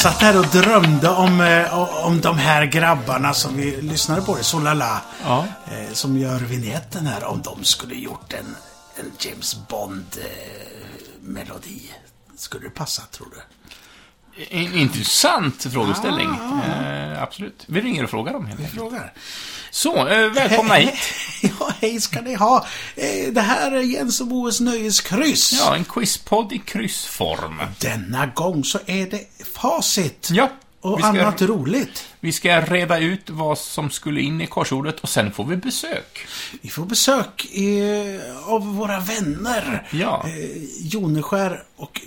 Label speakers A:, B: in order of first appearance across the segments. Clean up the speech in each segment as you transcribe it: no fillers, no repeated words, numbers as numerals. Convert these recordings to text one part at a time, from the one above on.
A: satt här och drömde om de här grabbarna som vi lyssnade på, Solala, som gör vignetten här, om de skulle gjort en James Bond-melodi. Skulle det passa, tror du?
B: En intressant frågeställning. Absolut. Vi ringer och frågar dem helt enkelt.
A: Frågar.
B: Så, välkomna hit.
A: Ja, hej ska ni ha. Det här är Jens och Boes nöjeskryss.
B: Ja, en quizpodd i kryssform.
A: Denna gång så är det facit.
B: Ja.
A: Och annat roligt.
B: Vi ska reda ut vad som skulle in i korsordet och sen får vi besök.
A: Vi får besök av våra vänner.
B: Ja.
A: Joneskär och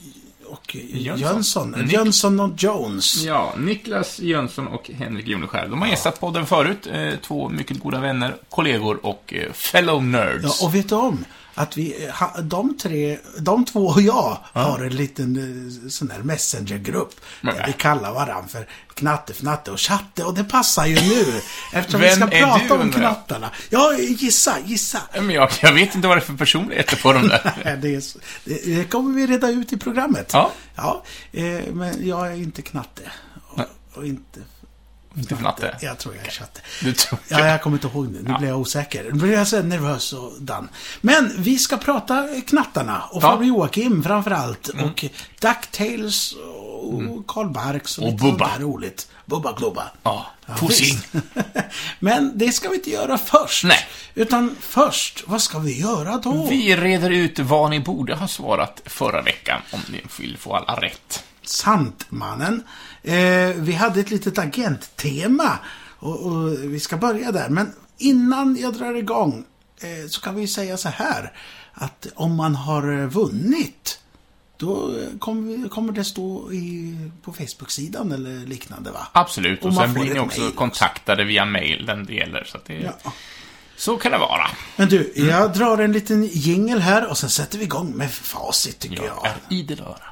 A: Jönsson och Jones.
B: Ja, Niklas Jönsson och Henrik Joneskär. De har gästat podden förut. Två mycket goda vänner, kollegor och fellow nerds.
A: Ja, och vet du om att de två och jag har en liten sån här messengergrupp där vi kallar varandra för Knatte, Fnatte och Chatte, och det passar ju nu eftersom vi ska prata om knattarna. Ja, gissa.
B: Men jag vet inte vad det är för personligheter på dem där.
A: det kommer vi reda ut i programmet.
B: Ja.
A: Men jag är inte Knatte och inte
B: Fnatte.
A: Jag tror jag är Chatte. Jag kommer inte ihåg nu. Nu blir jag osäker. Nu blir jag så nervös och dan. Men vi ska prata knattarna och Faber Joakim framförallt och DuckTales och Karl Barks och
B: Bubba.
A: Där roligt. Bubba Klubba.
B: Ja, Pussing.
A: Men det ska vi inte göra först.
B: Nej.
A: Utan först, vad ska vi göra då?
B: Vi reder ut vad ni borde ha svarat förra veckan om ni vill få alla rätt.
A: Sant, mannen. Vi hade ett litet agenttema och vi ska börja där. Men innan jag drar igång så kan vi säga så här, att om man har vunnit, då kommer det stå på Facebook-sidan eller liknande, va?
B: Absolut, och sen blir ni också kontaktade via mail den det gäller. Så, att så kan det vara.
A: Men du, jag drar en liten jingle här och sen sätter vi igång med facit, tycker jag.
B: Är idel öra.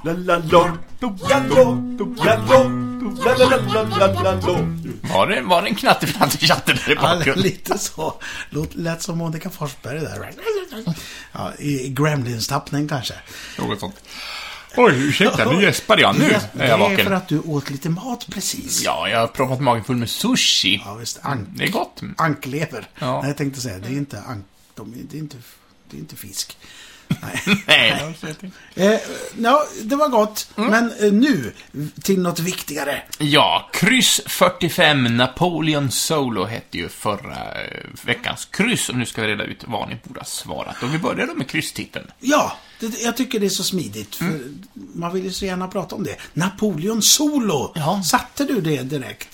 B: Var det en knatte-fnatte-chatte där i bakgrunden?
A: Lite så. Lät som Monica Forsberg där. Ja, i Gremlins-tappning kanske.
B: Något sånt. Oj, ursäkta, nu gäspar jag. Nu är jag vaken.
A: Det är för att du åt lite mat precis.
B: Ja, jag har provat magen full med sushi.
A: Ja, visst.
B: Det är gott.
A: Anklever.
B: Ja.
A: Nej, jag tänkte säga, det är inte det är inte fisk.
B: Nej.
A: Det var gott. Men nu till något viktigare.
B: Ja, kryss 45 Napoleon Solo hette ju förra veckans kryss. Och nu ska vi reda ut vad ni borde ha svarat. Och vi börjar då med krysstiteln.
A: Ja, jag tycker det är så smidigt. För man vill ju så gärna prata om det. Napoleon Solo.
B: Ja.
A: Satte du det direkt?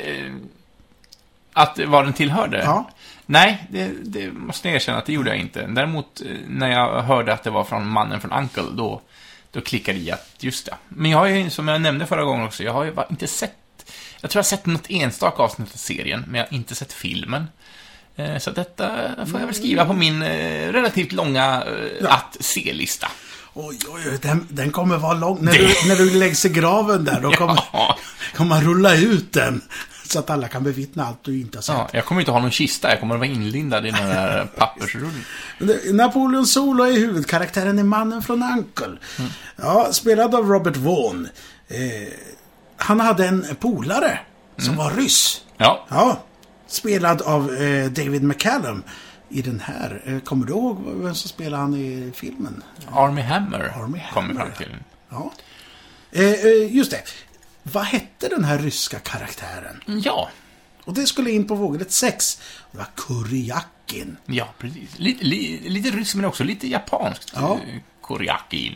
B: Att vad den tillhörde?
A: Ja.
B: Nej, det måste jag erkänna att det gjorde jag inte. Däremot när jag hörde att det var från mannen från Uncle, då klickade jag i att just det. Men jag har ju, som jag nämnde förra gången också, jag har ju inte sett, jag tror jag har sett något enstaka avsnitt av serien, men jag har inte sett filmen. Så detta får jag väl skriva på min relativt långa att se-lista.
A: Oj, den kommer vara lång. När du läggs i graven där, då kommer man rulla ut den. Så att alla kan bevittna allt du inte har sett.
B: Ja, jag kommer inte ha någon kista, jag kommer att vara inlindad i den där pappersrullen.
A: Napoleon Solo är huvudkaraktären i mannen från Uncle. Ja, spelad av Robert Vaughn. Han hade en polare som var ryss. Ja, spelad av David McCallum i den här. Kommer du ihåg vem som spelade han i filmen?
B: Armie Hammer. Kommer fram till.
A: Ja. Just det. Vad hette den här ryska karaktären?
B: Ja.
A: Och det skulle in på våglet 6. Det var Kuryakin.
B: Ja, precis. Lite rysk, men också lite japanskt. Ja. Kuryakin.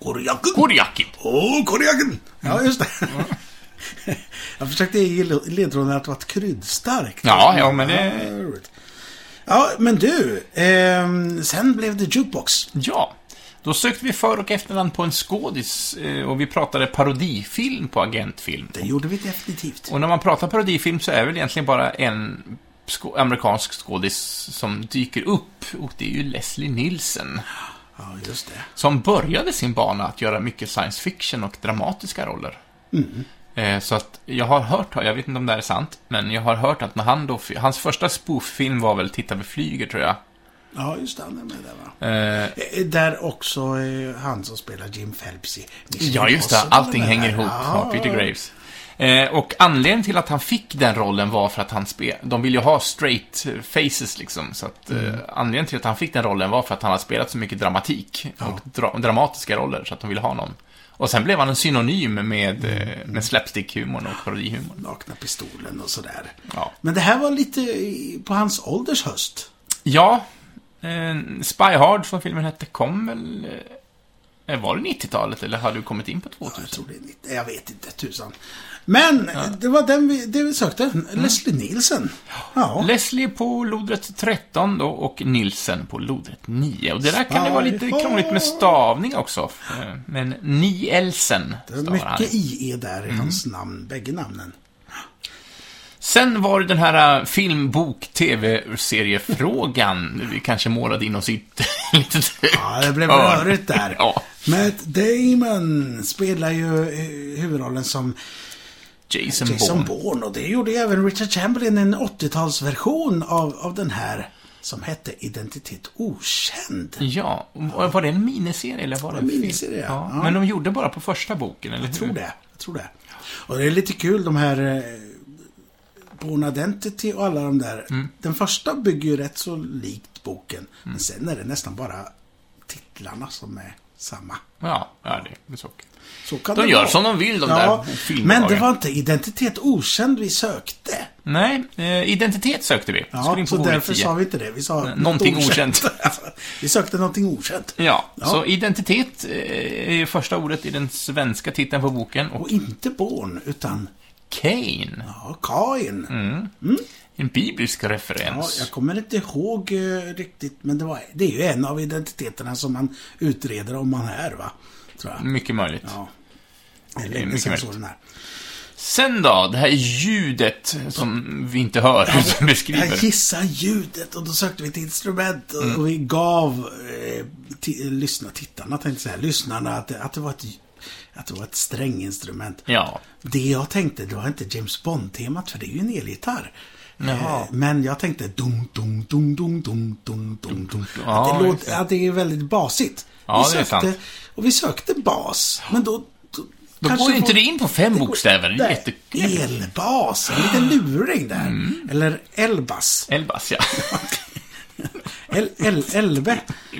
A: Kuryakin. Ja, just det. Jag försökte ge ledtråden att det var ett kryddstarkt.
B: Ja, men det...
A: Ja, men du, sen blev det jukebox.
B: Ja. Då sökte vi för- och efternamn på en skådis och vi pratade parodifilm på agentfilm.
A: Det gjorde vi definitivt.
B: Och när man pratar parodifilm så är det väl egentligen bara en amerikansk skådis som dyker upp, och det är ju Leslie Nielsen.
A: Ja, just det.
B: Som började sin bana att göra mycket science fiction och dramatiska roller. Så att jag har hört, jag vet inte om det är sant, men jag har hört att när hans första spoof-film var väl Titta vi flyger, tror jag.
A: Ja, just det, han är med där, va? Där också han som spelar Jim Phelps i
B: ja, just det. Allting hänger ihop. Ja, Peter Graves. Och anledningen till att han fick den rollen var för att de ville ju ha straight faces liksom, så att anledningen till att han fick den rollen var för att han har spelat så mycket dramatik och dramatiska roller, så att de ville ha någon. Och sen blev han en synonym med slapstick-humorn och parodihumorn.
A: Nakna pistolen och sådär.
B: Ja.
A: Men det här var lite på hans ålders höst.
B: Ja, Spy Hard som filmen hette kom väl... Var det 90-talet eller har du kommit in på 2000?
A: Ja, jag tror det är 90, jag vet inte, tusan. Men det var det vi sökte. Leslie Nielsen. Ja.
B: Leslie på lodrätt 13 då, och Nielsen på lodrätt 9. Och det där kan det vara lite krångligt med stavning också. Men Nielsen.
A: Det är mycket IE där i hans namn, bägge namnen.
B: Sen var det den här film-bok-tv-seriefrågan. Vi kanske målade in oss lite.
A: Ja, det blev rörigt där.
B: Ja.
A: Matt Damon spelar ju huvudrollen som Jason Bourne. Och det gjorde även Richard Chamberlain, en 80-talsversion av den här som hette Identitet Okänd.
B: Ja, var det en miniserie eller var det en
A: miniserie?
B: Ja. Ja. Men de gjorde bara på första boken, eller
A: jag tror det. Och det är lite kul, de här Bourne Identity och alla de där. Den första bygger ju rätt så likt boken. Men sen är det nästan bara titlarna som är samma.
B: Ja, det är så.
A: Kan
B: de gör som de vill, de där filmbolagen.
A: Men det var inte Identitet Okänd vi sökte.
B: Nej, identitet sökte vi.
A: Ja, så därför sa vi inte det. Vi sa
B: någonting okänt.
A: Vi sökte någonting okänt.
B: Ja, så identitet är första ordet i den svenska titeln på boken.
A: Och inte Bourne, utan
B: Cain.
A: Ja, Cain.
B: En biblisk referens.
A: Ja, jag kommer inte ihåg riktigt, men det är ju en av identiteterna som man utreder om man är, va? Tror jag.
B: Mycket möjligt.
A: Ja. Det är mycket möjligt.
B: Sen då, det här ljudet som vi inte hör beskriver.
A: Jag gissar ljudet och då sökte vi ett instrument och vi gav lyssnarna att det var ett stränginstrument.
B: Ja.
A: Det jag tänkte, det var inte James Bond-temat, för det är ju en elgitarr. Men jag tänkte dum dum dum dum dum dum dum dum. Att det är väldigt basigt.
B: Ja, det är sant.
A: Och vi sökte bas, men då
B: går inte det in på 5 bokstäver.
A: Elbas, en liten luring där. Eller elbas.
B: Elbas, ja.
A: Elbe.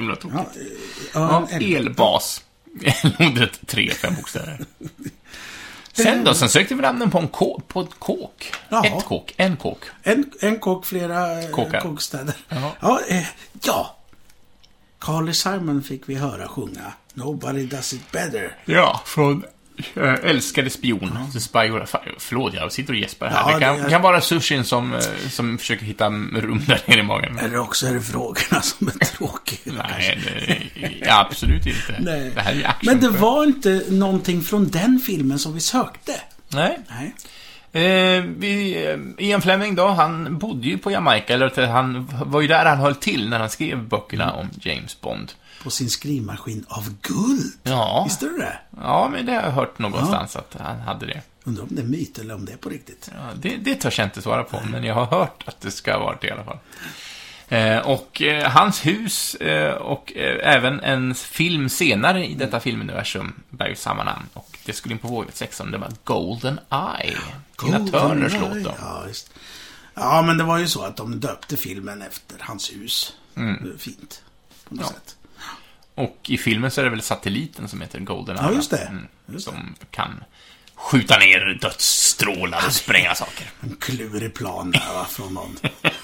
B: Elbas. Lodrätt 3-5 bokstäver. Sen sökte vi namnen på ett kåk.
A: Jaha.
B: En kåk.
A: En kåk, flera kåkstäder. Ja. Carly Simon fick vi höra sjunga Nobody Does It Better.
B: Ja, från älskade spion. Förlåt, jag sitter och gäspar här. Det kan vara sushin som försöker hitta rum där nere i magen.
A: Eller också är det frågorna som är tråkiga.
B: Nej, absolut inte.
A: Nej.
B: Det här är action.
A: Men det var inte någonting från den filmen som vi sökte.
B: Nej. Ian Fleming då, han bodde ju på Jamaica, eller han var ju där han höll till när han skrev böckerna om James Bond.
A: På sin skrivmaskin av guld.
B: Ja.
A: Visste du det?
B: Ja, men det har jag hört någonstans att han hade det.
A: Undrar om det är myt eller om det är på riktigt.
B: Ja, det törs jag inte svara på, men jag har hört att det ska vara det i alla fall. Och hans hus och även en film senare i detta filmuniversum bär ju samma namn. Och det skulle in på våget 16, det var Golden Eye. Tina Turners låt då.
A: Ja, just. Ja, men det var ju så att de döpte filmen efter hans hus. Fint, på något sätt.
B: Och i filmen så är det väl satelliten som heter Golden Eye.
A: Ja, just det.
B: Som kan skjuta ner dödsstrålar och spränga saker.
A: En klurig plan där, va, från någon.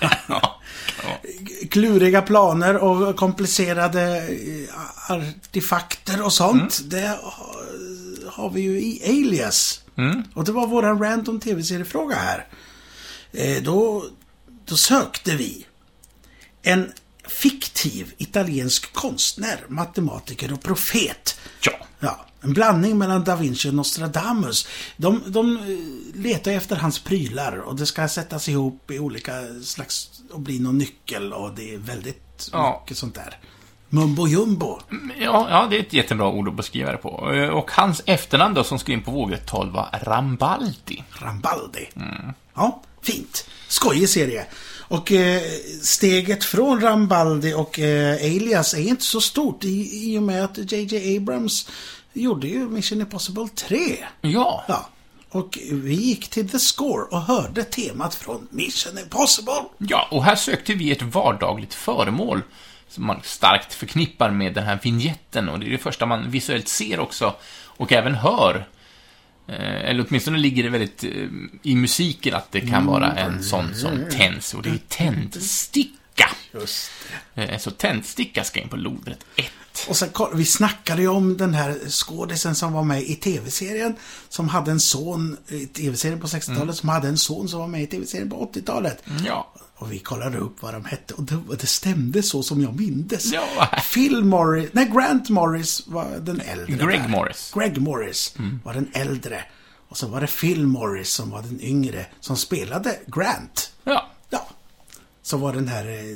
A: Kluriga planer och komplicerade artefakter och sånt. Det har vi ju i Alias. Och det var våran random tv-seriefråga här. Då sökte vi en fiktiv italiensk konstnär, matematiker och profet. Ja, en blandning mellan Da Vinci och Nostradamus. De letar efter hans prylar och det ska sättas ihop i olika slags och bli någon nyckel, och det är väldigt mycket sånt där. Mumbo jumbo.
B: Ja, det är ett jättebra ord att beskriva det på. Och hans efternamn då, som skrev in på våget 12, var Rambaldi.
A: Ja, fint. Skojig serie. Och steget från Rambaldi och Alias är inte så stort i och med att J.J. Abrams gjorde ju Mission Impossible 3.
B: Ja.
A: Och vi gick till The Score och hörde temat från Mission Impossible.
B: Ja, och här sökte vi ett vardagligt föremål som man starkt förknippar med den här vignetten. Och det är det första man visuellt ser också och även hör. Eller åtminstone ligger det väldigt i musiken att det kan vara en sån som tänds. Och det är tändsticka.
A: Just
B: det. Så tändsticka ska in på lodrätt 1.
A: Och sen, vi snackade ju om den här skådisen som var med i tv-serien som hade en son i tv-serien på 60-talet som hade en son som var med i tv-serien på 80-talet.
B: Ja.
A: Och vi kollade upp vad de hette och det stämde så som jag mindes.
B: Ja.
A: Grant Morris var den äldre. Greg Morris var den äldre. Och så var det Phil Morris som var den yngre som spelade Grant.
B: Ja.
A: Så var den här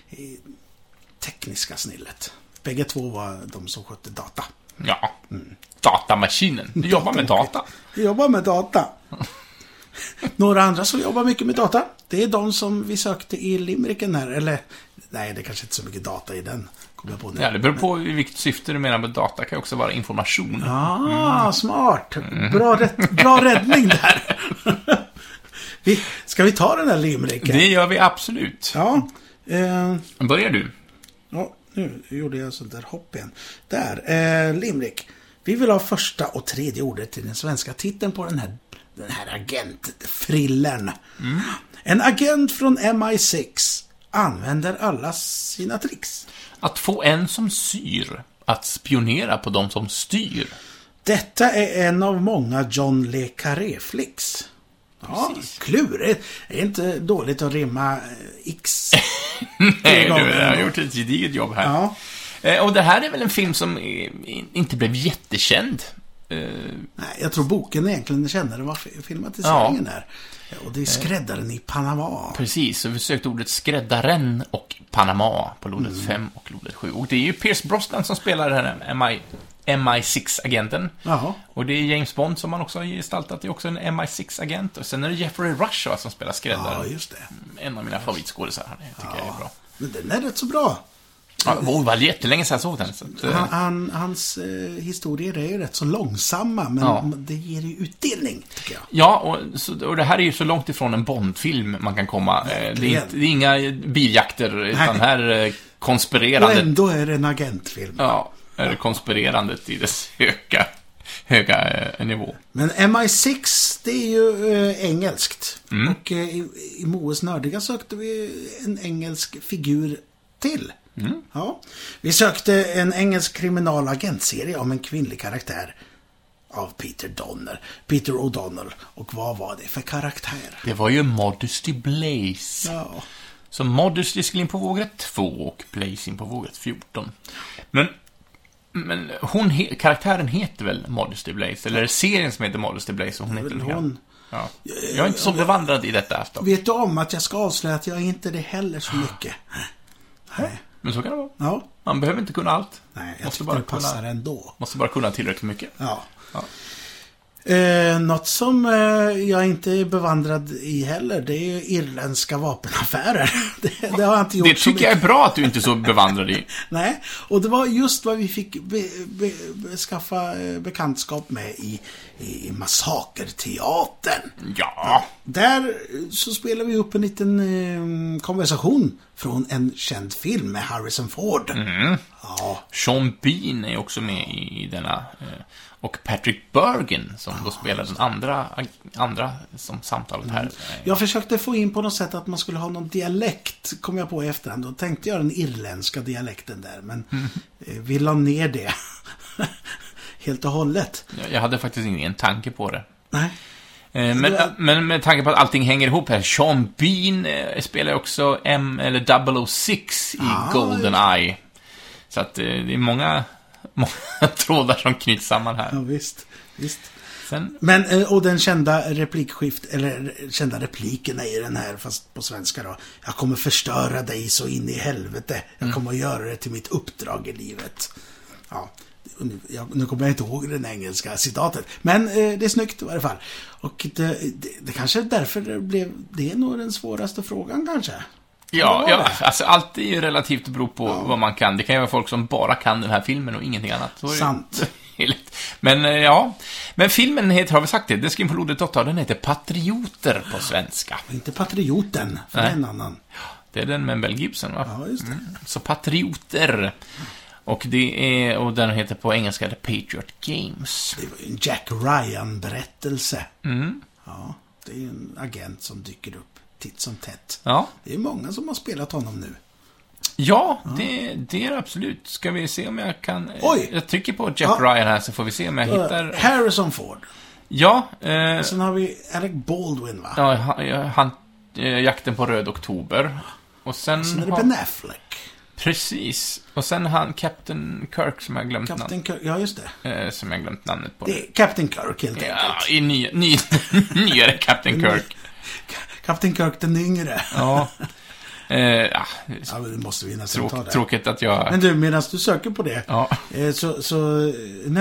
A: tekniska snillet. Bägge två var de som skötte data.
B: Ja, datamaskinen. Du jobbar med data.
A: Jag jobbar med data. Några andra som jobbar mycket med data, det är de som vi sökte i limericken här. Eller, nej, det är kanske inte så mycket data i den. Kommer jag på nu.
B: Ja, det beror på i vilket syfte du menar med data. Kan också vara information.
A: Smart. Bra räddning där. Ska vi ta den här limericken?
B: Det gör vi absolut.
A: Ja.
B: Börjar du?
A: Ja, nu gjorde jag sånt där hopp igen. Där, limerick. Vi vill ha första och tredje ordet till den svenska titeln på den här agentfrillern. En agent från MI6 använder alla sina tricks.
B: Att få en som syr att spionera på de som styr.
A: Detta är en av många John Le Carré-flicks. Ja, klurigt. Det är inte dåligt att rimma X.
B: Nej, du har gjort ett gediget jobb här.
A: Ja.
B: Och det här är väl en film som inte blev jättekänd.
A: Nej, jag tror boken egentligen kände det var filmatiseringen där. Och det är skräddaren i Panama.
B: Precis, och vi sökte ordet skräddaren och Panama på lodet 5 och lodet 7. Och det är ju Pierce Brosnan som spelar den här MI6-agenten.
A: Jaha.
B: Och det är James Bond som man också har gestaltat. Det är också en MI6-agent. Och sen är det Jeffrey Rush som spelar skräddaren.
A: Ja, just det.
B: En av mina favoritskådisar. Tycker jag är bra.
A: Men den är rätt så bra.
B: Ja, det var jättelänge sedan jag såg den. Så att,
A: hans historier är ju rätt så långsamma, men det ger ju utdelning, tycker jag.
B: Ja, och det här är ju så långt ifrån en Bondfilm man kan komma. Det är inga biljakter, utan här är konspirerandet.
A: Och ändå är det en agentfilm.
B: Ja, är det konspirerandet i dess höga nivå.
A: Men MI6, det är ju engelskt. Och i Moes nördiga sökte vi en engelsk figur till. Ja. Vi sökte en engelsk kriminalagentserie om en kvinnlig karaktär av Peter O'Donnell. Och vad var det för karaktär?
B: Det var ju Modesty Blaze.
A: Ja.
B: Så Modesty skulle in på vågrätt 2 och Blaze in på vågrätt 14. Men karaktären heter väl Modesty Blaze? Eller är det serien som heter Modesty Blaze? Och hon heter hon. Ja. Jag är inte så bevandrad i detta.
A: Vet du om att jag ska avslöja att jag är inte det heller så mycket? Nej.
B: Men så kan det vara.
A: Ja.
B: Man behöver inte kunna allt.
A: Nej, jag måste bara det passar ändå.
B: Måste bara kunna tillräckligt mycket.
A: Ja. Något som jag inte är bevandrad i heller, det är ju irländska vapenaffärer. Det har jag inte gjort.
B: Det tycker jag är bra att du inte är så bevandrad i.
A: Nej, och det var just vad vi fick skaffa bekantskap med i Massakerteatern.
B: Ja.
A: Där så spelar vi upp en liten konversation från en känd film med Harrison Ford. Ja.
B: Sean Bean är också med i denna... Och Patrick Bergen som då spelar den andra som samtalet här.
A: Jag försökte få in på något sätt att man skulle ha någon dialekt, kom jag på i efterhand. Då tänkte jag den irländska dialekten där, men vi la ner det helt och hållet.
B: Jag hade faktiskt ingen tanke på det.
A: Nej.
B: Men med tanke på att allting hänger ihop här. Sean Bean spelar också eller 006 i GoldenEye. Så att det är många trådar som knyts samman här.
A: Ja, visst.
B: Sen...
A: Men, och den kända kända replikerna i den här, fast på svenska då. Jag kommer förstöra dig så in i helvete. Jag kommer att göra det till mitt uppdrag i livet. Ja, nu kommer jag inte ihåg den engelska citatet. Men det är snyggt i varje fall. Och det kanske är därför det är nog den svåraste frågan kanske.
B: Ja, alltså allt är ju relativt beror på vad man kan. Det kan ju vara folk som bara kan den här filmen och ingenting annat. Så
A: Sant.
B: Men men filmen heter, har vi sagt det, Den ska in på Lodet 8, den heter Patrioter på svenska.
A: Inte Patrioten, för en annan.
B: Det är den med Mel Gibson, va?
A: Ja, just det.
B: Så Patrioter. Och den heter på engelska The Patriot Games.
A: Det var ju en Jack Ryan-berättelse.
B: Mm.
A: Ja, det är ju en agent som dyker upp titt som tätt.
B: Ja.
A: Det är många som har spelat honom nu.
B: Ja, det är absolut. Ska vi se om jag kan...
A: Oj!
B: Jag trycker på Jack Ryan här så får vi se om jag hittar...
A: Harrison Ford.
B: Ja.
A: Och sen har vi Alec Baldwin, va?
B: Ja, Jakten på röd oktober. Och sen
A: är det Ben Affleck.
B: Precis. Och sen han Captain Kirk som jag glömt namnet.
A: Kirk, ja, just det.
B: Som jag glömt namnet på.
A: Det är Captain Kirk, helt enkelt.
B: Ja, i nyare Captain Kirk.
A: Captain Kirk den yngre.
B: Ja.
A: Ja, men det måste vi nästan ta det.
B: Tråkigt att jag...
A: Men du, medan du söker på det, så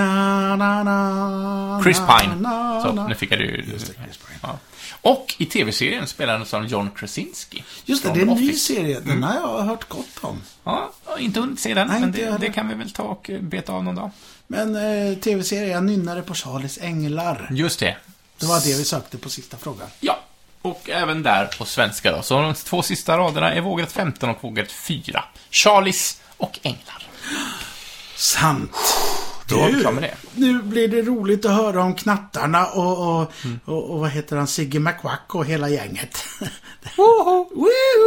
B: Chris Pine. Så, nu fick jag det ju.
A: Just det, Chris Pine.
B: Ja. Och i tv-serien spelar han som John Krasinski.
A: Just det, det är en ny serie. Den har jag hört gott om.
B: Ja, inte hunnit se den,
A: Nej,
B: men det kan vi väl ta och beta av någon dag.
A: Men tv-serien, jag nynnade på Charlies Änglar.
B: Just det.
A: Det var det vi sökte på sista frågan.
B: Ja, och även där på svenska då. Så de 2 sista raderna är vågrätt 15 och vågrätt 4. Charlies och Änglar.
A: Sant.
B: Då är vi klar med det.
A: Nu blir det roligt att höra om knattarna och vad heter han? Sigge McQuack och hela gänget. Woho!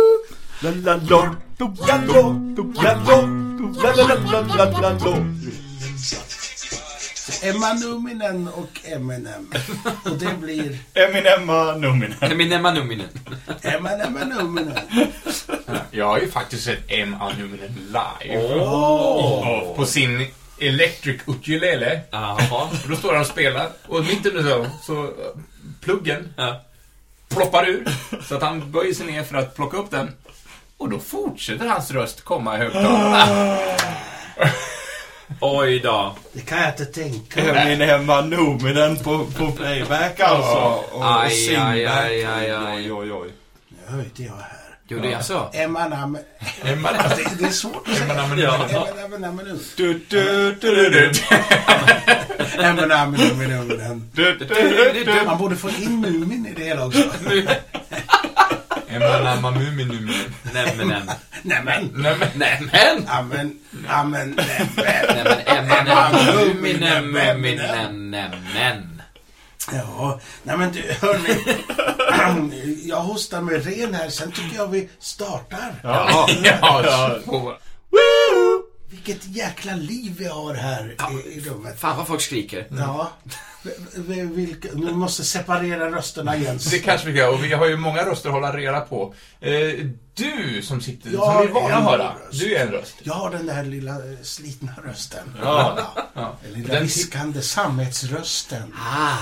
A: Emma Numinen och Eminem. Och det blir...
C: Eminema Numinen.
B: Emma Numinen.
A: Emma Numinen.
B: Jag har ju faktiskt sett Emma Numinen live.
C: På
B: sin electric ukulele.
C: Jaha.
B: Och då står han och spelar. Och mitt under så pluggen ploppar ur. Så att han böjer sig ner för att plocka upp den. Och då fortsätter hans röst komma i högtalarna.
C: Oj då.
A: Det kan jag inte tänka.
C: Eminema Numinen på playback alltså. Och singback. Oj.
A: Nu hör inte jag här.
B: Jo, det är så.
A: Emma Numinen. Det är svårt att säga. Emma Numinen. Emma Numinen. Man borde få in Mumin i det hela också.
B: Emma Mumin. Nämen. Ja, nej men du, hörni. Jag hostar med ren här, sen tycker jag vi startar.
C: Ja.
A: Vilket jäkla liv vi har här i rummet.
D: Fan vad folk skriker.
A: Ja. Nu måste separera rösterna, Jens.
B: Det kanske vi gör, och vi har ju många röster att hålla reda på. Du som sitter, som
A: Jag
B: är van att höra.
A: röst.
B: Du är en röst.
A: Jag har den där lilla slitna rösten.
B: Ja.
A: Den lilla viskande sammetsrösten.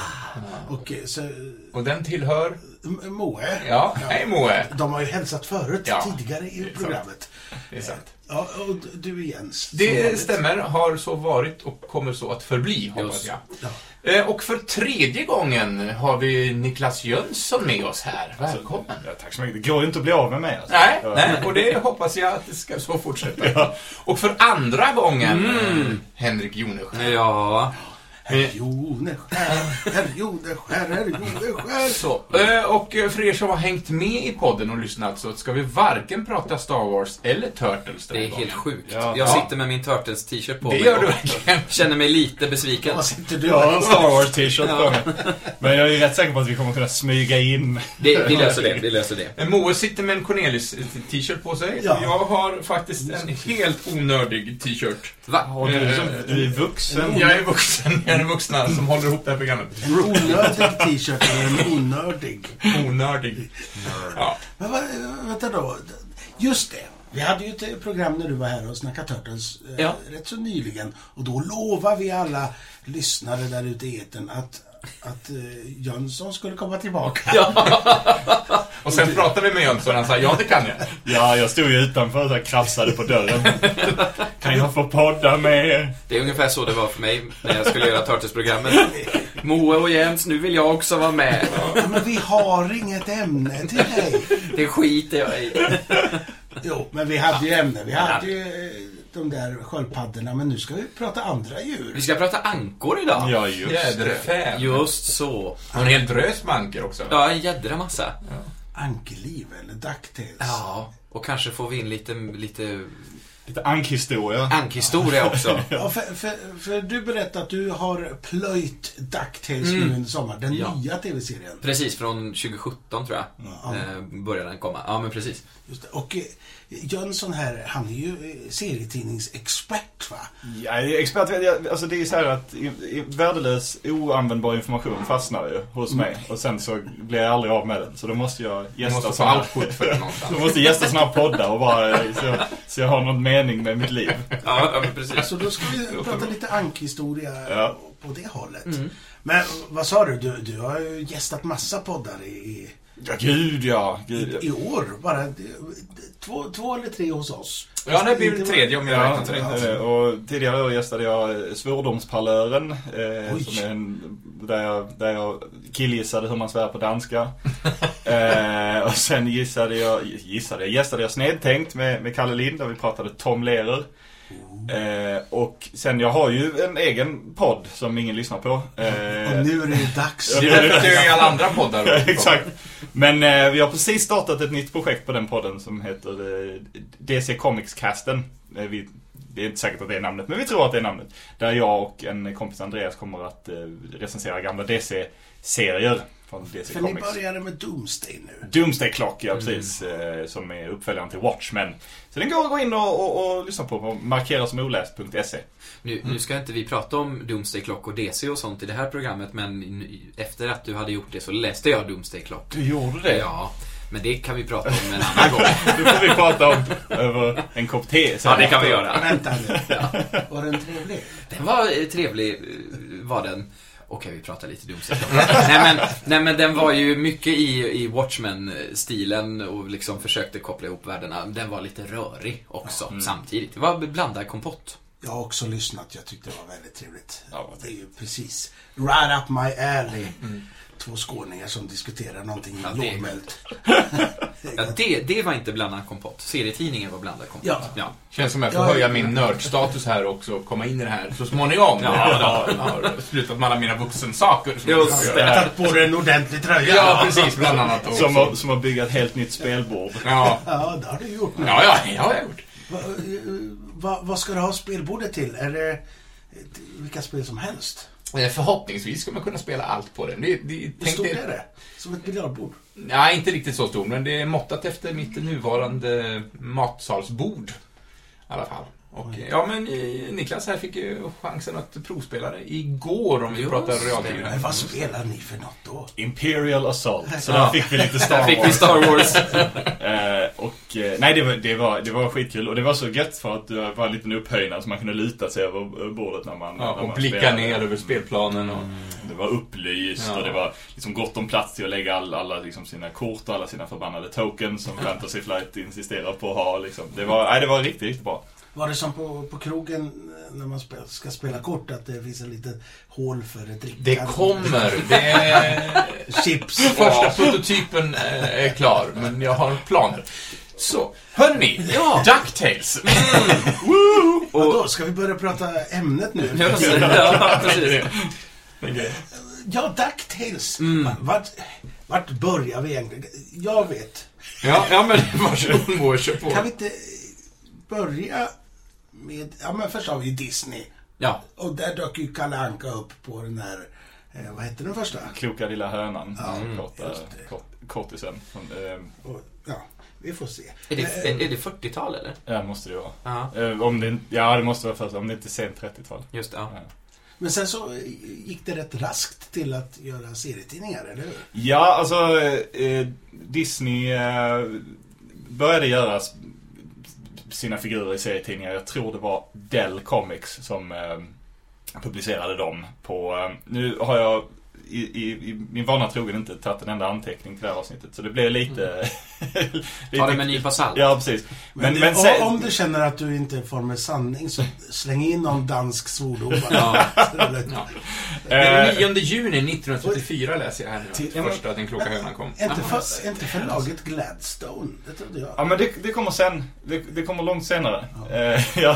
B: Och den tillhör...
A: Moe.
B: Ja, hej Moe.
A: De har ju hälsat förut, tidigare i programmet.
B: Sant. Det är sant.
A: Ja, och du Jens.
B: Det stämmer, har så varit och kommer så att förbli, hoppas jag.
A: Ja.
B: Och för 3:e gången har vi Niklas Jönsson med oss här. Välkommen.
C: Ja, tack så mycket. Det går ju inte att bli av med mig. Alltså.
B: Nej, och det hoppas jag att det ska så fortsätta. Ja. Och för 2:a gången, Henrik Joneskär.
D: Ja.
A: Herr Joneskär.
B: Så, och för er som har hängt med i podden och lyssnat så ska vi varken prata Star Wars eller Turtles.
D: Det är helt sjukt.
C: Ja.
D: Jag sitter med min Turtles t-shirt på
B: det
D: mig.
B: Gör du verkligen.
D: Känner mig lite besviken.
A: Vad sitter du?
C: Jag har en Star Wars t-shirt på mig. Men jag är rätt säker på att vi kommer kunna smyga in.
D: Vi löser det.
B: Moe sitter med en Cornelis t-shirt på sig.
A: Ja.
B: Jag har faktiskt en helt onördig t-shirt.
D: Va?
C: Du är vuxen.
B: Jag är vuxen. Jag är vuxna som håller ihop det här programmet.
A: En onödig t-shirt eller en onördig?
B: Onördig. Ja.
A: Men vänta då. Just det. Vi hade ju ett program när du var här och snackade Turtles rätt så nyligen. Och då lovade vi alla lyssnare där ute i etern att Jönsson skulle komma tillbaka.
B: Och sen pratade vi med Jönsson och han sa, ja det kan jag.
C: Ja, jag stod ju utanför och så krafsade på dörren. Kan jag få podda med er?
D: Det är ungefär så det var för mig när jag skulle göra Turtles-programmet. Moe och Jens, nu vill jag också vara med.
A: Ja, men vi har inget ämne till dig.
D: Det skiter jag i.
A: Jo, men vi hade ju ämne. Vi hade ju de där sköldpaddorna, men nu ska vi prata andra djur.
D: Vi ska prata ankor idag.
C: Ja, just
B: Jäderfän.
D: Just så.
B: Och en hel drös med ankor också.
D: Ja, en jädra massa.
A: Ankeliv eller DuckTales.
D: Ja, och kanske får vi in lite
C: Lite ankhistoria.
D: ankhistoria också.
A: Ja, för du berättade att du har plöjt DuckTales nu under sommar. Den nya tv-serien.
D: Precis, från 2017 tror jag. Började den komma. Ja, men precis.
A: Just det. Och Jönsson här, han är ju serietidningsexpert, va?
C: Ja, expert, alltså det är så här att värdelös, oanvändbar information fastnar ju hos mig. Och sen så blir jag aldrig av med den. Så då måste jag gästa
B: få output för det någonstans.
C: Jag måste gästa såna här poddar och bara så jag har någon mening med mitt liv.
D: Ja, men precis.
A: Så då ska vi prata lite ankhistoria på det hållet. Men vad sa du? Du har ju gästat massa poddar i
C: Gud.
A: i år. Bara två eller tre hos oss.
B: Ja, det blir det tredje om jag räknar rätt.
C: Och tidigare då gästade jag Svordomsparlören som är där jag killgissade hur man svär på danska. Och sen gästade jag Snedtänkt med Kalle Lind där vi pratade Tom Lehrer. Och sen jag har ju en egen podd som ingen lyssnar på.
A: Och nu är det ju dags.
B: Det är ju alla andra poddar.
C: Ja, exakt. Men vi har precis startat ett nytt projekt på den podden som heter DC Comics-casten. Det är inte säkert att det är namnet, men vi tror att det är namnet. Där jag och en kompis Andreas kommer att recensera gamla DC-serier från DC
A: För
C: Comics.
A: ni började med Doomsday nu.
C: Doomsday Clock, ja precis. Som är uppföljaren till Watchmen. Så den går att gå in och lyssna på markera som oläst.se.
D: Nu ska inte vi prata om Doomsday Clock och DC och sånt i det här programmet, men efter att du hade gjort det så läste jag Doomsday Clock.
C: Du gjorde det?
D: Ja, men det kan vi prata om en annan gång.
C: Nu får vi prata om över en kopp te.
D: Ja, det kan vi göra.
A: Vänta nu. Var den trevlig?
D: Den var trevlig, var den. Okej, vi pratar lite Doomsday Clock. Nej, men den var ju mycket i Watchmen-stilen och liksom försökte koppla ihop världarna. Den var lite rörig också samtidigt. Det var blandad kompott.
A: Jag har också lyssnat. Jag tyckte det var väldigt trevligt.
C: Ja,
A: det är ju precis right up my alley. Två skåningar som diskuterar någonting lågmält.
D: Ja, det var inte blandad kompott. Serietidningen var blandad kompott.
A: Ja.
B: Känns som att jag får höja min nördstatus här också och komma in i det här så småningom. Jag har slutat med alla mina vuxensaker.
D: Just det.
A: Tagit på dig en ordentlig tröja.
B: Ja, precis. Bland annat också.
C: Som har byggt ett helt nytt spelbord.
A: Ja, det har du gjort.
B: Ja, det har jag gjort.
A: Vad ska du ha spelbordet till? Är det vilka spel som helst?
B: Förhoppningsvis ska man kunna spela allt på den.
A: Hur stort är det? Som ett biljardbord?
B: Nej, inte riktigt så stort, men det är måttat efter mitt nuvarande matsalsbord i alla fall. Och, ja, men Niklas här fick ju chansen att provspela det igår om vi pratar realtid.
A: Men vad spelar ni för något då?
C: Imperial Assault. Så där fick vi lite Star Wars.
D: Där fick vi Star Wars.
C: Nej, det var skitkul. Och det var så gött för att det var en liten upphöjnad så man kunde luta sig över bordet när man
B: och blicka ner över spelplanen. Och...
C: Det var upplyst och det var liksom gott om plats till att lägga alla liksom sina kort och alla sina förbannade tokens som Fantasy Flight insisterar på att ha. Liksom. Det var riktigt, riktigt bra.
A: Var det som på krogen när man ska spela kort att det finns en liten hål för ett drickande?
B: Det kommer. Det är...
A: Chips.
B: Första prototypen är klar, men jag har planer. Så, hörni, DuckTales.
A: Och då ska vi börja prata ämnet nu.
D: Ja, precis.
A: Ja, DuckTales. Vart börjar vi egentligen? Jag vet.
B: Ja, men varsågod, kör på.
A: Kan vi inte börja med... Ja, men först har vi Disney.
D: Ja.
A: Och där dök ju Kalle Anka upp på den här... vad heter den första?
C: Kloka lilla hönan.
A: Ja,
C: kortisen.
A: Ja, vi får se.
D: Är det 40-tal eller?
C: Ja, måste det vara.
D: Ja.
C: Det måste vara först. Om det inte är sent 30-tal.
D: Just det, ja.
A: Men sen så gick det rätt raskt till att göra serietidningar, eller hur?
C: Ja, alltså Disney började göra sina figurer i serietidningar. Jag tror det var Dell Comics som publicerade dem på... Nu har jag i min vana trogen inte tagit en enda anteckning till det här avsnittet. Så det blev lite...
D: Ta det med en nypa salt.
C: Ja, precis.
A: Men om du känner att du inte får med sanning, så släng in någon dansk svordom.
B: Ja. Den 9 juni 1934 läser jag här nu. Första Den kloka hönan kom.
A: Inte förlaget Gladstone, det trodde jag.
C: Ja, men det kommer sen. Det kommer långt senare. Ja,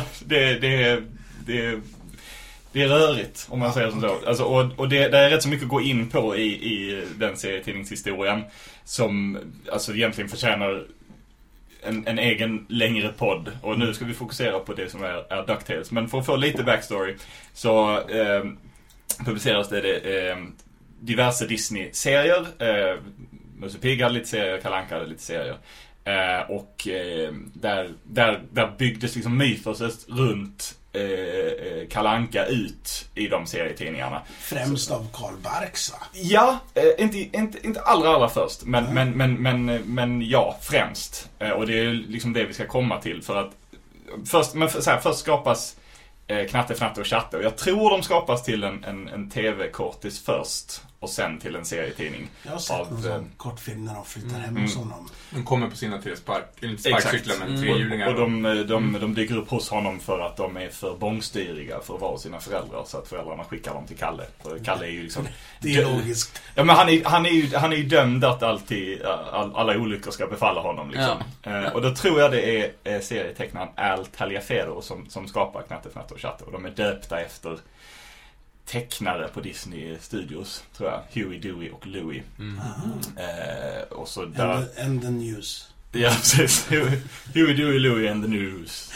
C: det är rörigt, om man säger som så. Alltså, och det är rätt så mycket att gå in på i den serietidningshistorien som alltså egentligen förtjänar en egen längre podd. Och nu ska vi fokusera på det som är DuckTales. Men för att få lite backstory så publiceras det diverse Disney-serier. Musse Pigg hade lite serier, Kalle Anka hade lite serier. Och där byggdes liksom mythos runt Kalle Anka ut i de serietidningarna.
A: Främst av Carl Barks, va?
C: Ja, inte allra först, men ja, främst. Och det är liksom det vi ska komma till, för att först skapas Knatte, Fnatte och Chatte, och jag tror de skapas till en tv-kortis först och sen till en serietidning.
A: Jag har sett någon sån kortfilm när de flyttar hem hos honom.
B: De kommer på sina tre sparkcyklar med trehjulingar.
C: Och de dyker upp hos honom för att de är för bångstyriga för att vara sina föräldrar, så att föräldrarna skickar dem till Kalle. För Kalle är ju liksom...
A: Det är logiskt.
C: Ja, men han är ju dömd att alltid alla olyckor ska befalla honom liksom. Ja. Och då tror jag det är serietecknaren Al Taliaferro som skapar Knatte, Fnatte och Chatte, och de är döpta efter tecknare på Disney Studios, tror jag. Huey, Dewey och Louie. Och så där...
A: And the News.
C: Ja, precis. Huey, Dewey, Louie and the News.